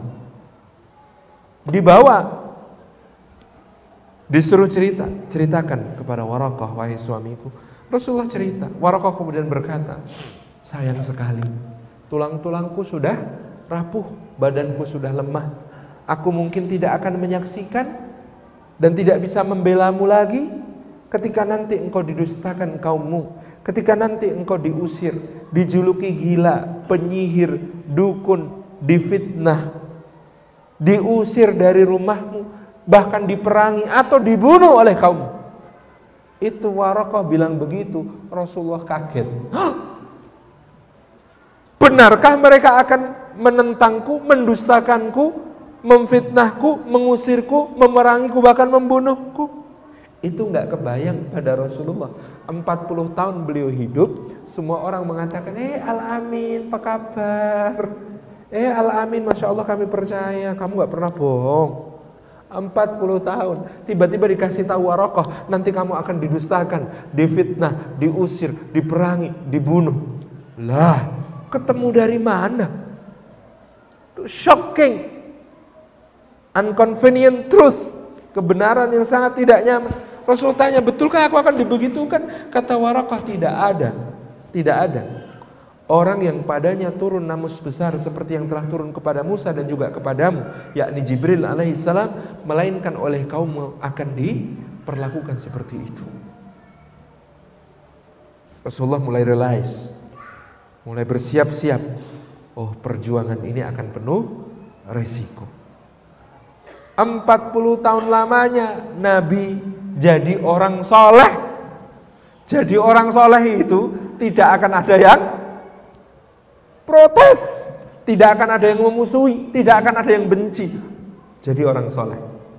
[SPEAKER 1] Dibawa, disuruh ceritakan kepada Waraqah, wahai suamiku. Rasulullah cerita. Waraqah kemudian berkata, sayang sekali, tulang-tulangku sudah rapuh, badanku sudah lemah. Aku mungkin tidak akan menyaksikan dan tidak bisa membelamu lagi ketika nanti engkau didustakan kaummu, ketika nanti engkau diusir, dijuluki gila, penyihir, dukun, difitnah, diusir dari rumahmu, bahkan diperangi atau dibunuh oleh kaummu. Itu Waraqah bilang begitu. Rasulullah kaget. Benarkah mereka akan menentangku, mendustakanku, memfitnahku, mengusirku, memerangiku, bahkan membunuhku? Itu enggak kebayang pada Rasulullah. 40 tahun beliau hidup, semua orang mengatakan, Al-Amin, apa kabar? Al-Amin, Masya Allah kami percaya, kamu enggak pernah bohong. 40 tahun, tiba-tiba dikasih tahu Waraqah, nanti kamu akan didustakan, difitnah, diusir, diperangi, dibunuh. Lah, ketemu dari mana? Itu shocking, inconvenient truth, kebenaran yang sangat tidak nyaman. Rasul tanya, betulkah aku akan dibegitukan? Kata Waraqah, tidak ada orang yang padanya turun namus besar seperti yang telah turun kepada Musa dan juga kepadamu, yakni Jibril alaihissalam, melainkan oleh kaum akan diperlakukan seperti itu. Rasulullah mulai realize, mulai bersiap-siap, oh perjuangan ini akan penuh resiko. 40 tahun lamanya Nabi jadi orang soleh. Jadi orang soleh itu tidak akan ada yang protes, tidak akan ada yang memusuhi, tidak akan ada yang benci. Jadi orang soleh.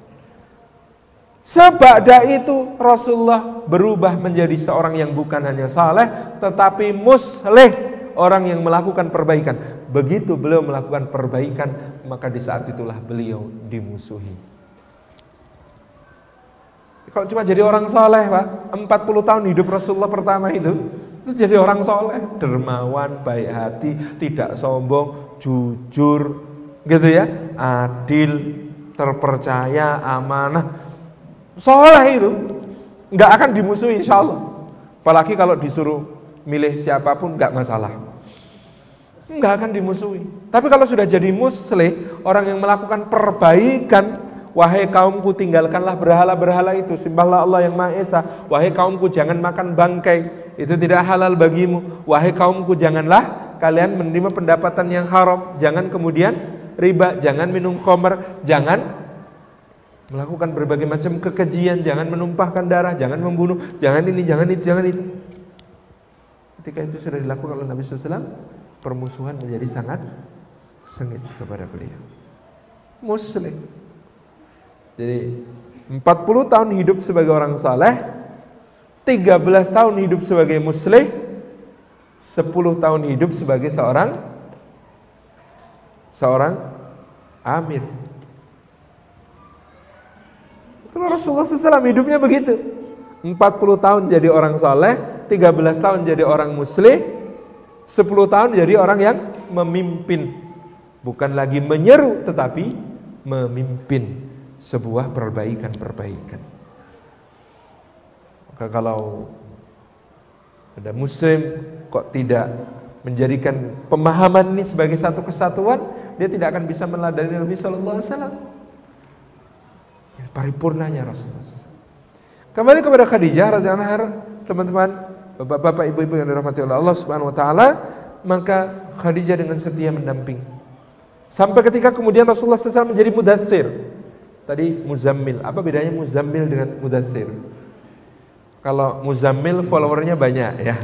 [SPEAKER 1] Sebada itu Rasulullah berubah menjadi seorang yang bukan hanya soleh, tetapi muslih, orang yang melakukan perbaikan. Begitu beliau melakukan perbaikan, maka di saat itulah beliau dimusuhi. Kalau cuma jadi orang soleh, Pak, 40 tahun hidup Rasulullah pertama itu jadi orang soleh, dermawan, baik hati, tidak sombong, jujur, gitu ya, adil, terpercaya, amanah, soleh itu. nggak akan dimusuhi insya Allah. Apalagi kalau disuruh milih siapapun nggak masalah, nggak akan dimusuhi. Tapi kalau sudah jadi muslih, orang yang melakukan perbaikan, wahai kaumku tinggalkanlah berhala-berhala itu, sembahlah Allah yang Maha Esa. Wahai kaumku jangan makan bangkai, itu tidak halal bagimu. Wahai kaumku janganlah kalian menerima pendapatan yang haram, jangan kemudian riba, jangan minum khamr, jangan melakukan berbagai macam kekejian, jangan menumpahkan darah, jangan membunuh, jangan ini, jangan itu, jangan itu. Ketika itu sudah dilakukan oleh Nabi SAW, permusuhan menjadi sangat sengit kepada beliau. Muslim. Jadi 40 tahun hidup sebagai orang saleh, 13 tahun hidup sebagai muslim, 10 tahun hidup sebagai seorang amir. Kalau Rasulullah SAW hidupnya begitu, 40 tahun jadi orang soleh, 13 tahun jadi orang muslim, 10 tahun jadi orang yang memimpin. Bukan lagi menyeru, tetapi memimpin sebuah perbaikan-perbaikan. Maka kalau ada muslim kok tidak menjadikan pemahaman ini sebagai satu kesatuan, dia tidak akan bisa meneladani Nabi Sallallahu Alaihi Wasallam. Paripurnanya Rasulullah SAW. Kembali kepada Khadijah radhiyallahu anha, teman-teman, bapak-bapak, ibu-ibu yang dirahmati oleh Allah Subhanahu wa taala, maka Khadijah dengan setia mendamping. Sampai ketika kemudian Rasulullah SAW menjadi mudatsir. Tadi muzammil, apa bedanya muzammil dengan mudatsir? Kalau muzammil followernya banyak ya.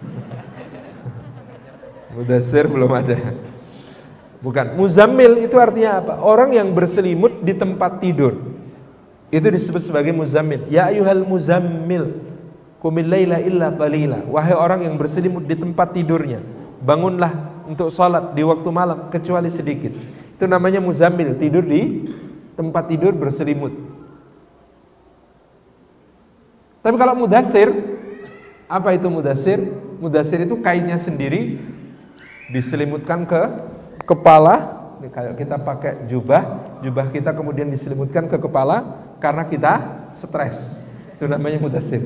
[SPEAKER 1] Mudatsir belum ada. Bukan, muzammil itu artinya apa? Orang yang berselimut di tempat tidur. Itu disebut sebagai muzammil. Ya ayyuhal muzammil, qumil laila illa qalila. Wahai orang yang berselimut di tempat tidurnya, bangunlah untuk salat di waktu malam kecuali sedikit. Itu namanya muzammil, tidur di tempat tidur berselimut. Tapi kalau mudatsir, apa itu mudatsir? Mudatsir itu kainnya sendiri diselimutkan ke kepala. Kalau kita pakai jubah kita kemudian diselimutkan ke kepala karena kita stres. Itu namanya mudatsir.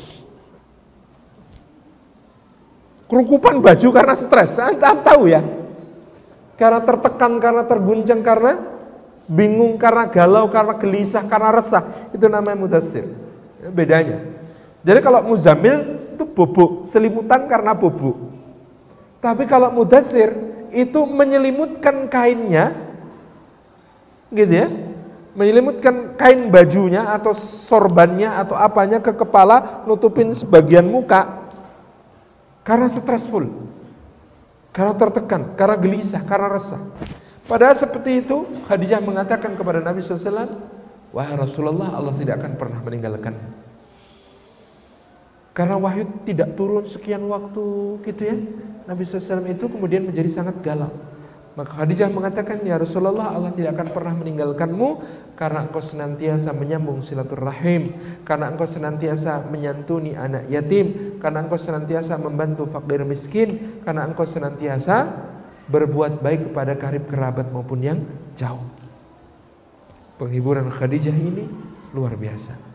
[SPEAKER 1] Kerukupan baju karena stres, Anda tahu ya? Karena tertekan, karena terguncang, karena bingung, karena galau, karena gelisah, karena resah. Itu namanya mudatsir. Bedanya. Jadi kalau muzammil itu bubuk, selimutan karena bubuk. Tapi kalau mudatsir itu menyelimutkan kainnya, gitu ya, menyelimutkan kain bajunya atau sorbannya atau apanya ke kepala, nutupin sebagian muka, karena stressful, karena tertekan, karena gelisah, karena resah. Padahal seperti itu Khadijah mengatakan kepada Nabi SAW, wahai Rasulullah, Allah tidak akan pernah meninggalkan. Karena wahyu tidak turun sekian waktu, gitu ya. Nabi SAW itu kemudian menjadi sangat galau. Maka Khadijah mengatakan, ya Rasulullah, Allah tidak akan pernah meninggalkanmu karena engkau senantiasa menyambung silaturahim, karena engkau senantiasa menyantuni anak yatim, karena engkau senantiasa membantu fakir miskin, karena engkau senantiasa berbuat baik kepada karib kerabat maupun yang jauh. Penghiburan Khadijah ini luar biasa.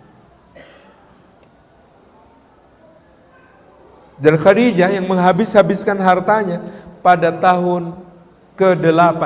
[SPEAKER 1] Dan Khadijah yang menghabis-habiskan hartanya pada tahun ke-8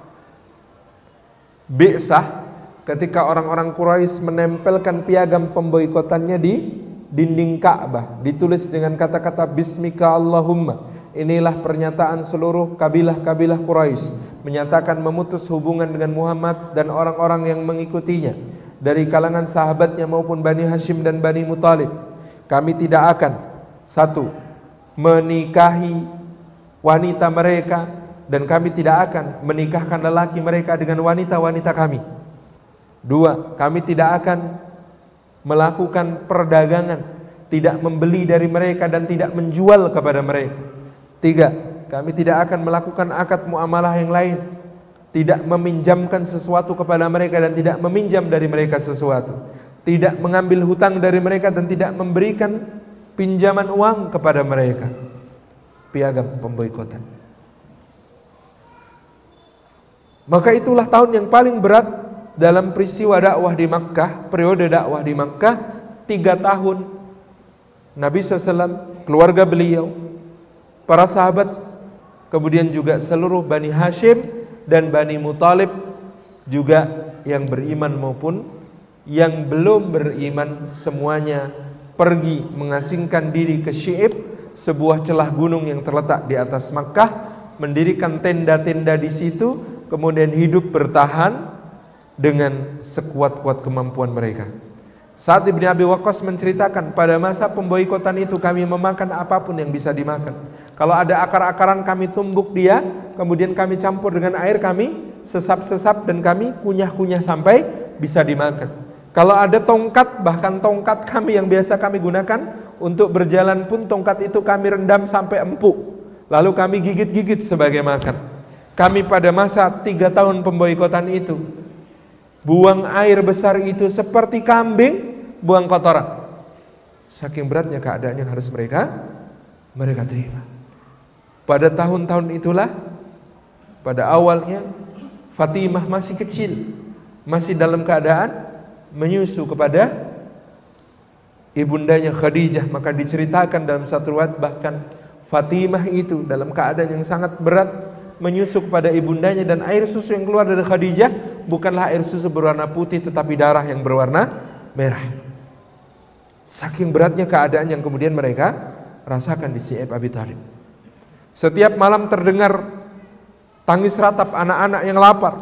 [SPEAKER 1] Bi'sah, ketika orang-orang Quraisy menempelkan piagam pemboikotannya di dinding Ka'bah, ditulis dengan kata-kata Bismika Allahumma. Inilah pernyataan seluruh kabilah-kabilah Quraisy menyatakan memutus hubungan dengan Muhammad dan orang-orang yang mengikutinya dari kalangan sahabatnya maupun Bani Hashim dan Bani Muthalib. Kami tidak akan, satu, menikahi wanita mereka, dan kami tidak akan menikahkan lelaki mereka dengan wanita-wanita kami. Dua, kami tidak akan melakukan perdagangan, tidak membeli dari mereka dan tidak menjual kepada mereka. Tiga, kami tidak akan melakukan akad muamalah yang lain, tidak meminjamkan sesuatu kepada mereka dan tidak meminjam dari mereka sesuatu, tidak mengambil hutang dari mereka dan tidak memberikan pinjaman uang kepada mereka. Piagam pemboikotan. Maka itulah tahun yang paling berat dalam peristiwa dakwah di Makkah, periode dakwah di Makkah. 3 tahun Nabi SAW, keluarga beliau, para sahabat, kemudian juga seluruh Bani Hashim dan Bani Muthalib, juga yang beriman maupun yang belum beriman, semuanya pergi mengasingkan diri ke Syi'ib, sebuah celah gunung yang terletak di atas Makkah, mendirikan tenda-tenda di situ, kemudian hidup bertahan dengan sekuat-kuat kemampuan mereka. Sa'ad bin Abi Waqqas menceritakan, pada masa pemboikotan itu kami memakan apapun yang bisa dimakan. Kalau ada akar-akaran kami tumbuk dia, kemudian kami campur dengan air, kami sesap-sesap dan kami kunyah-kunyah sampai bisa dimakan. Kalau ada tongkat, bahkan tongkat kami yang biasa kami gunakan untuk berjalan pun, tongkat itu kami rendam sampai empuk, lalu kami gigit-gigit sebagai makan. Kami pada masa 3 tahun pemboikotan itu buang air besar itu seperti kambing buang kotoran. Saking beratnya keadaan yang harus mereka terima. Pada tahun-tahun itulah, pada awalnya Fatimah masih kecil, masih dalam keadaan menyusu kepada ibundanya Khadijah. Maka diceritakan dalam satu riwayat, bahkan Fatimah itu dalam keadaan yang sangat berat menyusu kepada ibundanya, dan air susu yang keluar dari Khadijah bukanlah air susu berwarna putih, tetapi darah yang berwarna merah. Saking beratnya keadaan yang kemudian mereka rasakan di Syi'ib Abi Thalib. Setiap malam terdengar tangis ratap anak-anak yang lapar,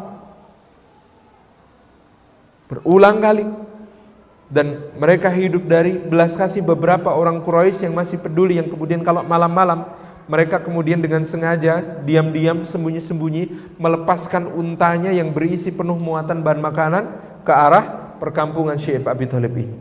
[SPEAKER 1] berulang kali, dan mereka hidup dari belas kasih beberapa orang Quraisy yang masih peduli, yang kemudian kalau malam-malam mereka kemudian dengan sengaja diam-diam sembunyi-sembunyi melepaskan untanya yang berisi penuh muatan bahan makanan ke arah perkampungan Syi'ib Abi Thalib ini.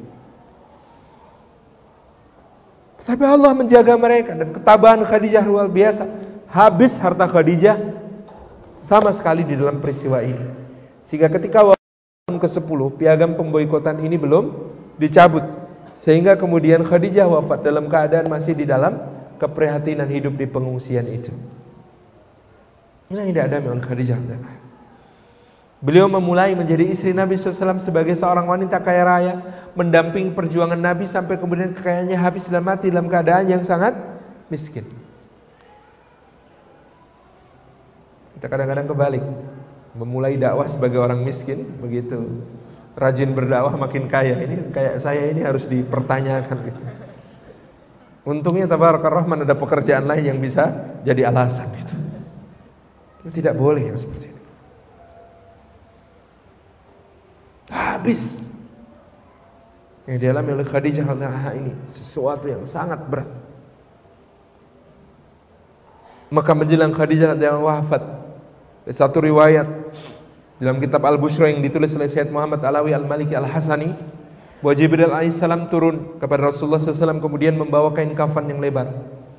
[SPEAKER 1] Tapi Allah menjaga mereka, dan ketabahan Khadijah luar biasa. Habis harta Khadijah sama sekali di dalam peristiwa ini, sehingga ketika tahun ke-10 piagam pemboikotan ini belum dicabut, sehingga kemudian Khadijah wafat dalam keadaan masih di dalam keprihatinan hidup di pengungsian itu. Inilah yang dialami oleh Khadijah. Beliau memulai menjadi istri Nabi SAW sebagai seorang wanita kaya raya, mendampingi perjuangan Nabi sampai kemudian kekayaannya habis dan mati dalam keadaan yang sangat miskin. Kita kadang-kadang kebalik, memulai dakwah sebagai orang miskin, begitu rajin berdakwah makin kaya. Ini kayak saya ini harus dipertanyakan gitu. Untungnya Tabarakallah Rahman ada pekerjaan lain yang bisa jadi alasan gitu. Itu tidak boleh yang seperti ini. Habis yang dialami oleh Khadijah radhiyallahu ini sesuatu yang sangat berat. Maka menjelang Khadijah radhiyallahu wafat, satu riwayat dalam kitab Al-Bushra yang ditulis oleh Syed Muhammad Alawi Al-Maliki Al-Hasani, bahwa Jibril alaihissalam turun kepada Rasulullah SAW kemudian membawa kain kafan yang lebar.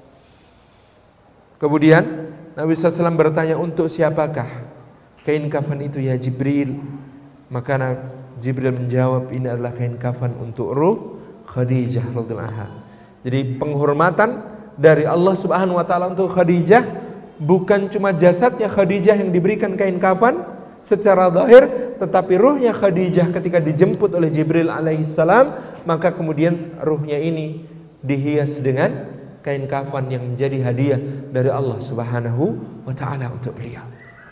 [SPEAKER 1] Kemudian Nabi SAW bertanya, untuk siapakah kain kafan itu ya Jibril? Maka Jibril menjawab, ini adalah kain kafan untuk ruh Khadijah radhiyallahu anha. Jadi penghormatan dari Allah Subhanahu wa taala untuk Khadijah bukan cuma jasadnya Khadijah yang diberikan kain kafan secara zahir, tetapi ruhnya Khadijah ketika dijemput oleh Jibril alaihissalam, maka kemudian ruhnya ini dihias dengan kain kafan yang menjadi hadiah dari Allah Subhanahu wa taala untuk beliau.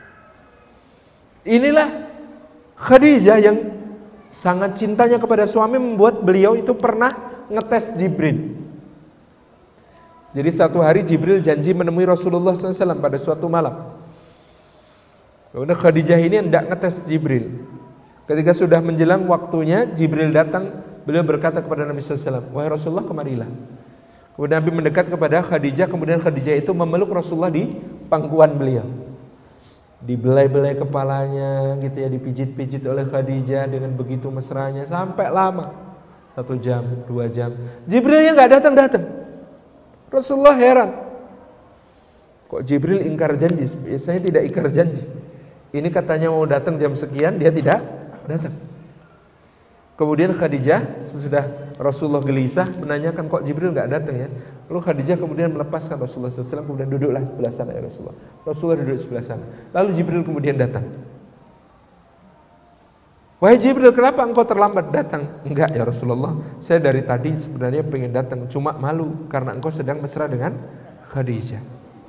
[SPEAKER 1] Inilah Khadijah yang sangat cintanya kepada suami membuat beliau itu pernah ngetes Jibril. Jadi satu hari Jibril janji menemui Rasulullah SAW pada suatu malam. Kemudian Khadijah ini hendak ngetes Jibril. Ketika sudah menjelang waktunya, Jibril datang. Beliau berkata kepada Nabi SAW, wahai Rasulullah, kemarilah. Kemudian Nabi mendekat kepada Khadijah. Kemudian Khadijah itu memeluk Rasulullah di pangkuan beliau, dibelai-belai kepalanya gitu ya, dipijit-pijit oleh Khadijah dengan begitu mesranya sampai lama, 1 jam, 2 jam. Jibrilnya nggak datang-datang. Rasulullah heran, kok Jibril ingkar janji? Biasanya tidak ingkar janji. Ini katanya mau datang jam sekian, dia tidak datang. Kemudian Khadijah sesudah Rasulullah gelisah menanyakan, kok Jibril nggak datang ya? Lalu Khadijah kemudian melepaskan Rasulullah SAW, kemudian duduklah sebelah sana ya Rasulullah. Rasulullah duduk sebelah sana. Lalu Jibril kemudian datang. Wahai Jibril, kenapa engkau terlambat datang? Enggak ya Rasulullah, saya dari tadi sebenarnya pengen datang, cuma malu karena engkau sedang mesra dengan Khadijah.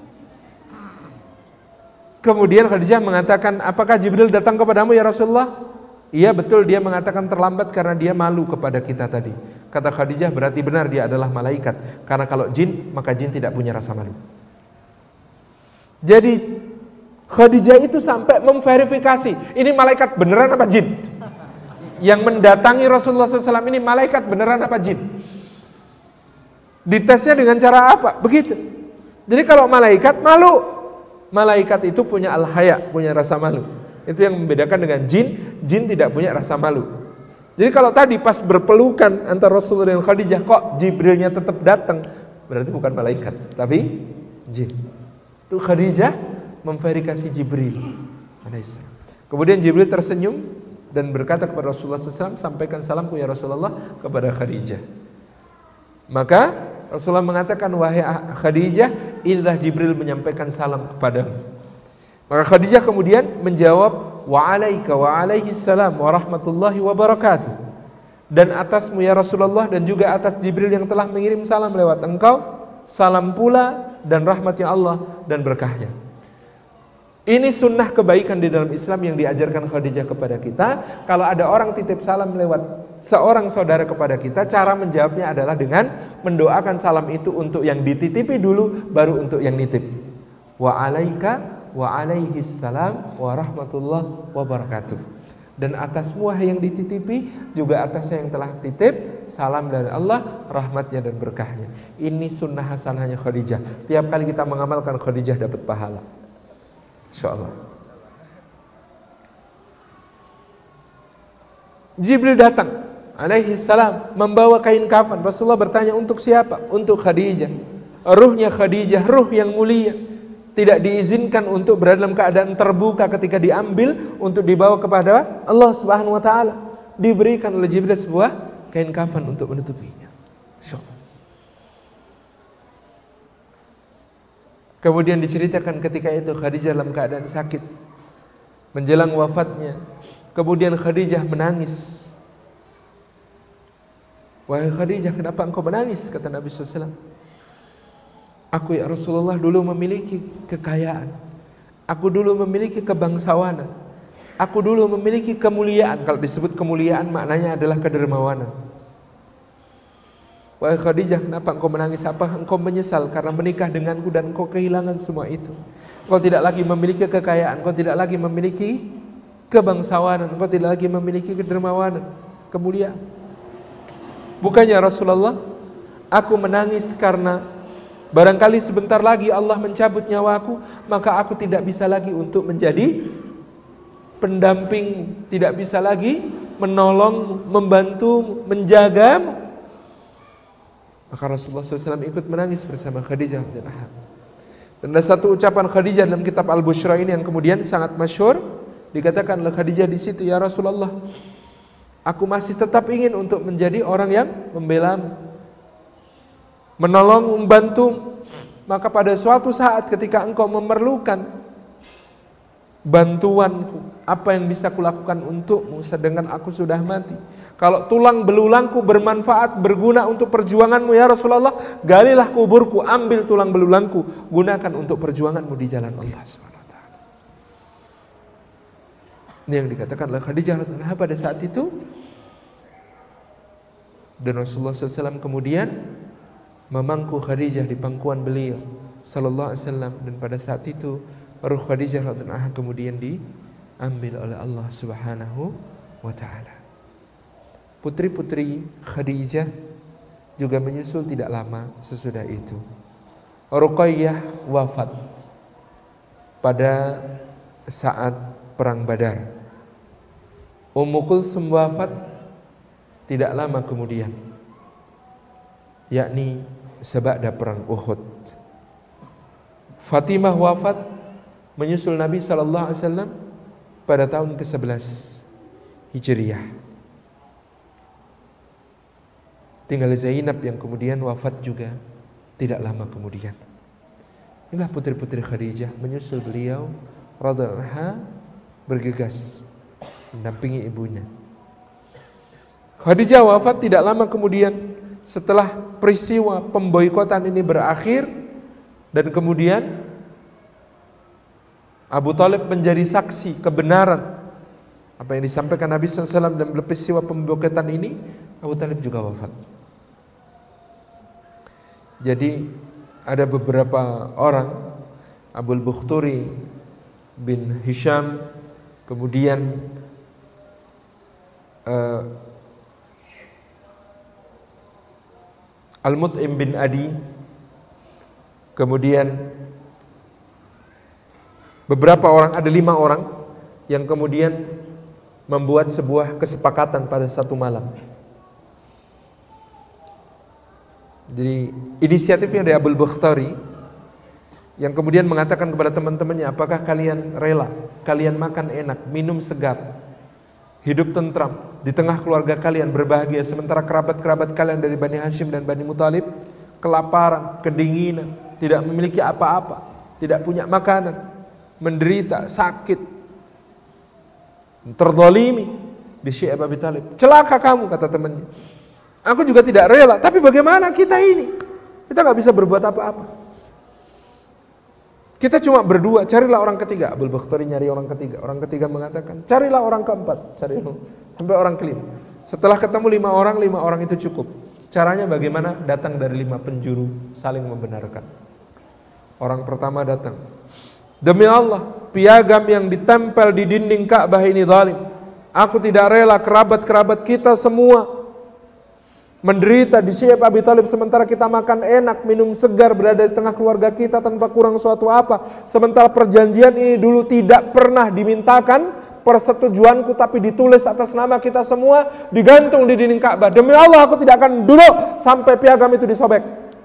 [SPEAKER 1] Kemudian Khadijah mengatakan, apakah Jibril datang kepadamu ya Rasulullah? Iya betul, dia mengatakan terlambat karena dia malu kepada kita tadi. Kata Khadijah, berarti benar dia adalah malaikat. Karena kalau jin, maka jin tidak punya rasa malu. Jadi Khadijah itu sampai memverifikasi, ini malaikat beneran apa jin? Yang mendatangi Rasulullah SAW ini malaikat beneran apa jin? Ditesnya dengan cara apa? Begitu. Jadi kalau malaikat malu, malaikat itu punya al-haya, punya rasa malu. Itu yang membedakan dengan jin. Jin tidak punya rasa malu. Jadi kalau tadi pas berpelukan antara Rasulullah dan Khadijah, kok Jibrilnya tetap datang, berarti bukan malaikat, tapi jin. Itu Khadijah memverifikasi Jibril alaihissalam. Kemudian Jibril tersenyum dan berkata kepada Rasulullah SAW, sampaikan salamku ya Rasulullah kepada Khadijah. Maka Rasulullah mengatakan, wahai Khadijah, inilah Jibril menyampaikan salam kepadamu. Maka Khadijah kemudian menjawab, wa alaika wa alaihi salam wa rahmatullahi wa barakatuh. Dan atasmu ya Rasulullah dan juga atas Jibril yang telah mengirim salam lewat engkau, salam pula dan rahmatnya Allah dan berkahnya. Ini sunnah kebaikan di dalam Islam yang diajarkan Khadijah kepada kita. Kalau ada orang titip salam lewat seorang saudara kepada kita, cara menjawabnya adalah dengan mendoakan salam itu untuk yang dititipi dulu, baru untuk yang nitip. Wa alaika wa alaihi salam wa rahmatullah wa barakatuh. Dan atasmu yang dititipi, juga atas yang telah titip, salam dari Allah, rahmatnya dan berkahnya. Ini sunnah hasanahnya Khadijah. Tiap kali kita mengamalkan, Khadijah dapat pahala, insyaallah. Jibril datang alaihi salam membawa kain kafan. Rasulullah bertanya, untuk siapa? Untuk Khadijah. Ruhnya Khadijah, ruh yang mulia, tidak diizinkan untuk berada dalam keadaan terbuka ketika diambil untuk dibawa kepada Allah Subhanahu wa taala. Diberikan oleh Jibril sebuah kain kafan untuk menutupinya. Kemudian diceritakan ketika itu Khadijah dalam keadaan sakit menjelang wafatnya. Kemudian Khadijah menangis. Wahai Khadijah, kenapa engkau menangis? Kata Nabi SAW. Aku ya Rasulullah dulu memiliki kekayaan, aku dulu memiliki kebangsawanan, aku dulu memiliki kemuliaan. Kalau disebut kemuliaan maknanya adalah kedermawanan. Wahai Khadijah, kenapa engkau menangis? Apa engkau menyesal karena menikah denganku dan engkau kehilangan semua itu? Engkau tidak lagi memiliki kekayaan, engkau tidak lagi memiliki kebangsawanan, engkau tidak lagi memiliki kedermawanan, kemuliaan. Bukannya Rasulullah, aku menangis karena barangkali sebentar lagi Allah mencabut nyawaku, maka aku tidak bisa lagi untuk menjadi pendamping, tidak bisa lagi menolong, membantu, menjagamu. Maka Rasulullah SAW ikut menangis bersama Khadijah. Dan ada satu ucapan Khadijah dalam kitab Al-Bushra ini yang kemudian sangat masyhur. Dikatakan oleh Khadijah di situ, ya Rasulullah, aku masih tetap ingin untuk menjadi orang yang membelamu, menolong, membantu. Maka pada suatu saat ketika engkau memerlukan bantuanku, apa yang bisa kulakukan untukmu sedangkan aku sudah mati? Kalau tulang belulangku bermanfaat, berguna untuk perjuanganmu ya Rasulullah, galilah kuburku, ambil tulang belulangku, gunakan untuk perjuanganmu di jalan Allah SWT. Ini yang dikatakan oleh Khadijah pada saat itu. Dan Rasulullah SAW kemudian memangku Khadijah di pangkuan beliau sallallahu alaihi wasallam, dan pada saat itu ruh Khadijah radhiyallahu anha kemudian diambil oleh Allah Subhanahu wa taala. Putri-putri Khadijah juga menyusul tidak lama sesudah itu. Ruqayyah wafat pada saat perang Badar. Ummu Kulsum wafat tidak lama kemudian, yakni sebada perang Uhud. Fatimah wafat menyusul Nabi SAW pada tahun ke-11 Hijriah. Tinggal Zainab yang kemudian wafat juga tidak lama kemudian. Inilah putri-putri Khadijah menyusul beliau radhiyallahu anha bergegas mendampingi ibunya. Khadijah wafat tidak lama kemudian setelah peristiwa pemboikotan ini berakhir, dan kemudian Abu Thalib menjadi saksi kebenaran apa yang disampaikan Nabi SAW, dan peristiwa pemboikotan ini Abu Thalib juga wafat. Jadi ada beberapa orang, Abul Bukhturi bin Hisham, kemudian Al-Mut'im bin Adi, kemudian beberapa orang, ada 5 orang yang kemudian membuat sebuah kesepakatan pada satu malam. Jadi inisiatifnya dari Abul Bukhtari, yang kemudian mengatakan kepada teman-temannya, apakah kalian rela kalian makan enak, minum segar, hidup tentram di tengah keluarga kalian berbahagia, sementara kerabat-kerabat kalian dari Bani Hashim dan Bani Muthalib kelaparan, kedinginan, tidak memiliki apa-apa, tidak punya makanan, menderita, sakit, terzalimi di Syi'ab Abi Thalib. Celaka kamu, kata temannya. Aku juga tidak rela, tapi bagaimana kita ini? Kita gak bisa berbuat apa-apa. Kita cuma berdua, carilah orang ketiga. Abul Bukhtari nyari orang ketiga. Orang ketiga mengatakan, carilah orang keempat. Sampai orang kelima. Setelah ketemu 5 orang, 5 orang itu cukup. Caranya bagaimana? Datang dari 5 penjuru, saling membenarkan. Orang pertama datang, demi Allah, piagam yang ditempel di dinding Ka'bah ini zalim. Aku tidak rela kerabat-kerabat kita semua menderita di Syi'ab Abi Thalib, sementara kita makan enak, minum segar, berada di tengah keluarga kita tanpa kurang suatu apa. Sementara perjanjian ini dulu tidak pernah dimintakan persetujuanku, tapi ditulis atas nama kita semua, digantung di dinding Ka'bah. Demi Allah, aku tidak akan duduk sampai piagam itu disobek.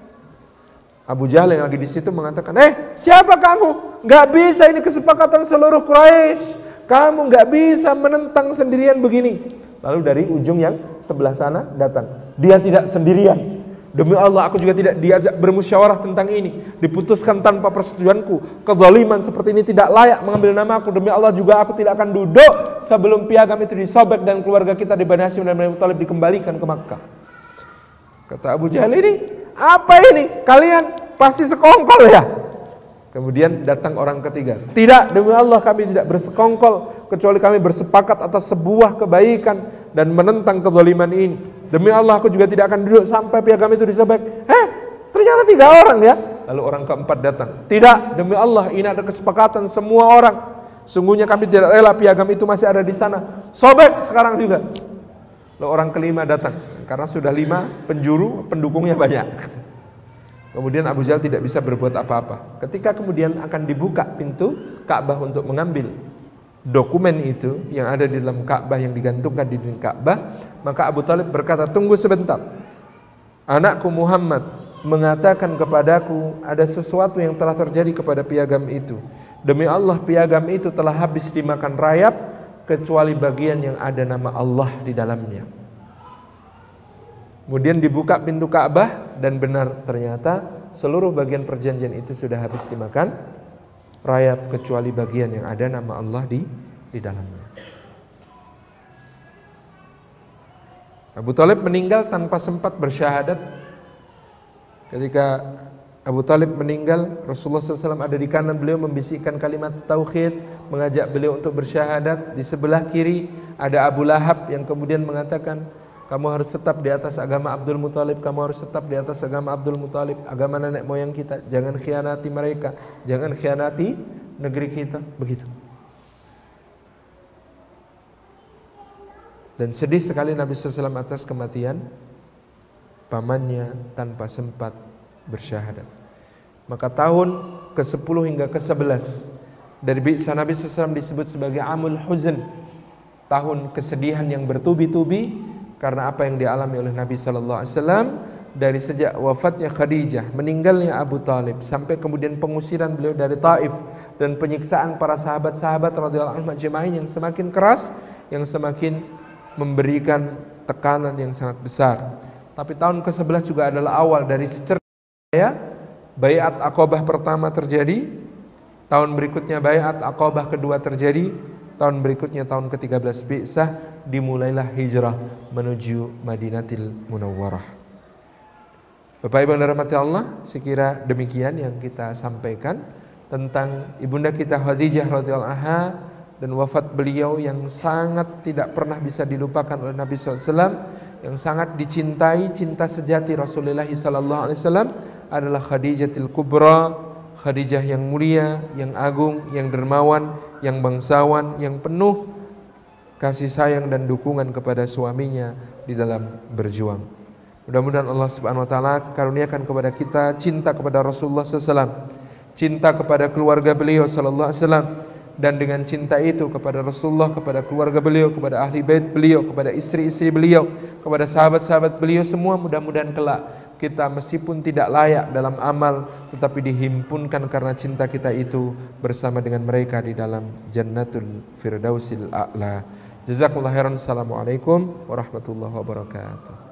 [SPEAKER 1] Abu Jahal yang lagi di situ mengatakan, siapa kamu? Gak bisa, ini kesepakatan seluruh Quraisy. Kamu gak bisa menentang sendirian begini. Lalu dari ujung yang sebelah sana datang, dia tidak sendirian. Demi Allah, aku juga tidak diajak bermusyawarah tentang ini. Diputuskan tanpa persetujuanku. Kezaliman seperti ini tidak layak mengambil nama aku. Demi Allah juga aku tidak akan duduk sebelum piagam itu disobek dan keluarga kita di Bani Hashim dan Bani Muthalib dikembalikan ke Makkah. Kata Abu Jahal, ini apa ini? Kalian pasti sekongkol ya? Kemudian datang orang ketiga. Tidak, demi Allah kami tidak bersekongkol, kecuali kami bersepakat atas sebuah kebaikan dan menentang kezaliman ini. Demi Allah aku juga tidak akan duduk sampai piagam itu disobek. Ternyata 3 orang ya. Lalu orang keempat datang. Tidak, demi Allah ini ada kesepakatan semua orang. Sungguhnya kami tidak rela piagam itu masih ada di sana. Sobek sekarang juga. Lalu orang kelima datang. Karena sudah 5 penjuru, pendukungnya banyak. Kemudian Abu Jahal tidak bisa berbuat apa-apa. Ketika kemudian akan dibuka pintu Ka'bah untuk mengambil dokumen itu yang ada di dalam Ka'bah, yang digantungkan di dinding Ka'bah, maka Abu Thalib berkata, tunggu sebentar. Anakku Muhammad mengatakan kepadaku ada sesuatu yang telah terjadi kepada piagam itu. Demi Allah piagam itu telah habis dimakan rayap, kecuali bagian yang ada nama Allah di dalamnya. Kemudian dibuka pintu Ka'bah, dan benar ternyata seluruh bagian perjanjian itu sudah habis dimakan rayap, kecuali bagian yang ada nama Allah di dalamnya. Abu Thalib meninggal tanpa sempat bersyahadat. Ketika Abu Thalib meninggal, Rasulullah SAW ada di kanan beliau membisikkan kalimat tauhid, mengajak beliau untuk bersyahadat. Di sebelah kiri ada Abu Lahab yang kemudian mengatakan, kamu harus tetap di atas agama Abdul Muthalib, kamu harus tetap di atas agama Abdul Muthalib, agama nenek moyang kita. Jangan khianati mereka, jangan khianati negeri kita. Begitu. Dan sedih sekali Nabi SAW atas kematian pamannya tanpa sempat bersyahadat. Maka tahun ke-10 hingga ke-11 dari bi'sa Nabi SAW disebut sebagai Amul Huzn, tahun kesedihan yang bertubi-tubi. Karena apa yang dialami oleh Nabi SAW dari sejak wafatnya Khadijah, meninggalnya Abu Thalib, sampai kemudian pengusiran beliau dari Taif, dan penyiksaan para sahabat-sahabat radhiyallahu anhum ajma'in yang semakin keras, yang semakin memberikan tekanan yang sangat besar. Tapi tahun ke-11 juga adalah awal dari ceria Bai'at Aqabah pertama terjadi, tahun berikutnya Bai'at Aqabah kedua terjadi, tahun berikutnya tahun ke-13 Bi'sah, dimulailah hijrah menuju Madinatul Munawwarah. Bapak Ibu yang dirahmati Allah, sekira demikian yang kita sampaikan tentang ibunda kita Khadijah radhiyallahu anha dan wafat beliau yang sangat tidak pernah bisa dilupakan oleh Nabi SAW, yang sangat dicintai. Cinta sejati Rasulullah SAW adalah Khadijatul Kubra, Khadijah yang mulia, yang agung, yang dermawan, yang bangsawan, yang penuh kasih sayang dan dukungan kepada suaminya di dalam berjuang. Mudah-mudahan Allah Subhanahu wa taala karuniakan kepada kita cinta kepada Rasulullah SAW, cinta kepada keluarga beliau sallallahu alaihi wasallam, dan dengan cinta itu kepada Rasulullah, kepada keluarga beliau, kepada ahli bait beliau, kepada istri-istri beliau, kepada sahabat-sahabat beliau semua, mudah-mudahan kelak kita meskipun tidak layak dalam amal tetapi dihimpunkan karena cinta kita itu bersama dengan mereka di dalam Jannatul Firdausil A'la. Jazakumullah khairan. Assalamualaikum warahmatullahi wabarakatuh.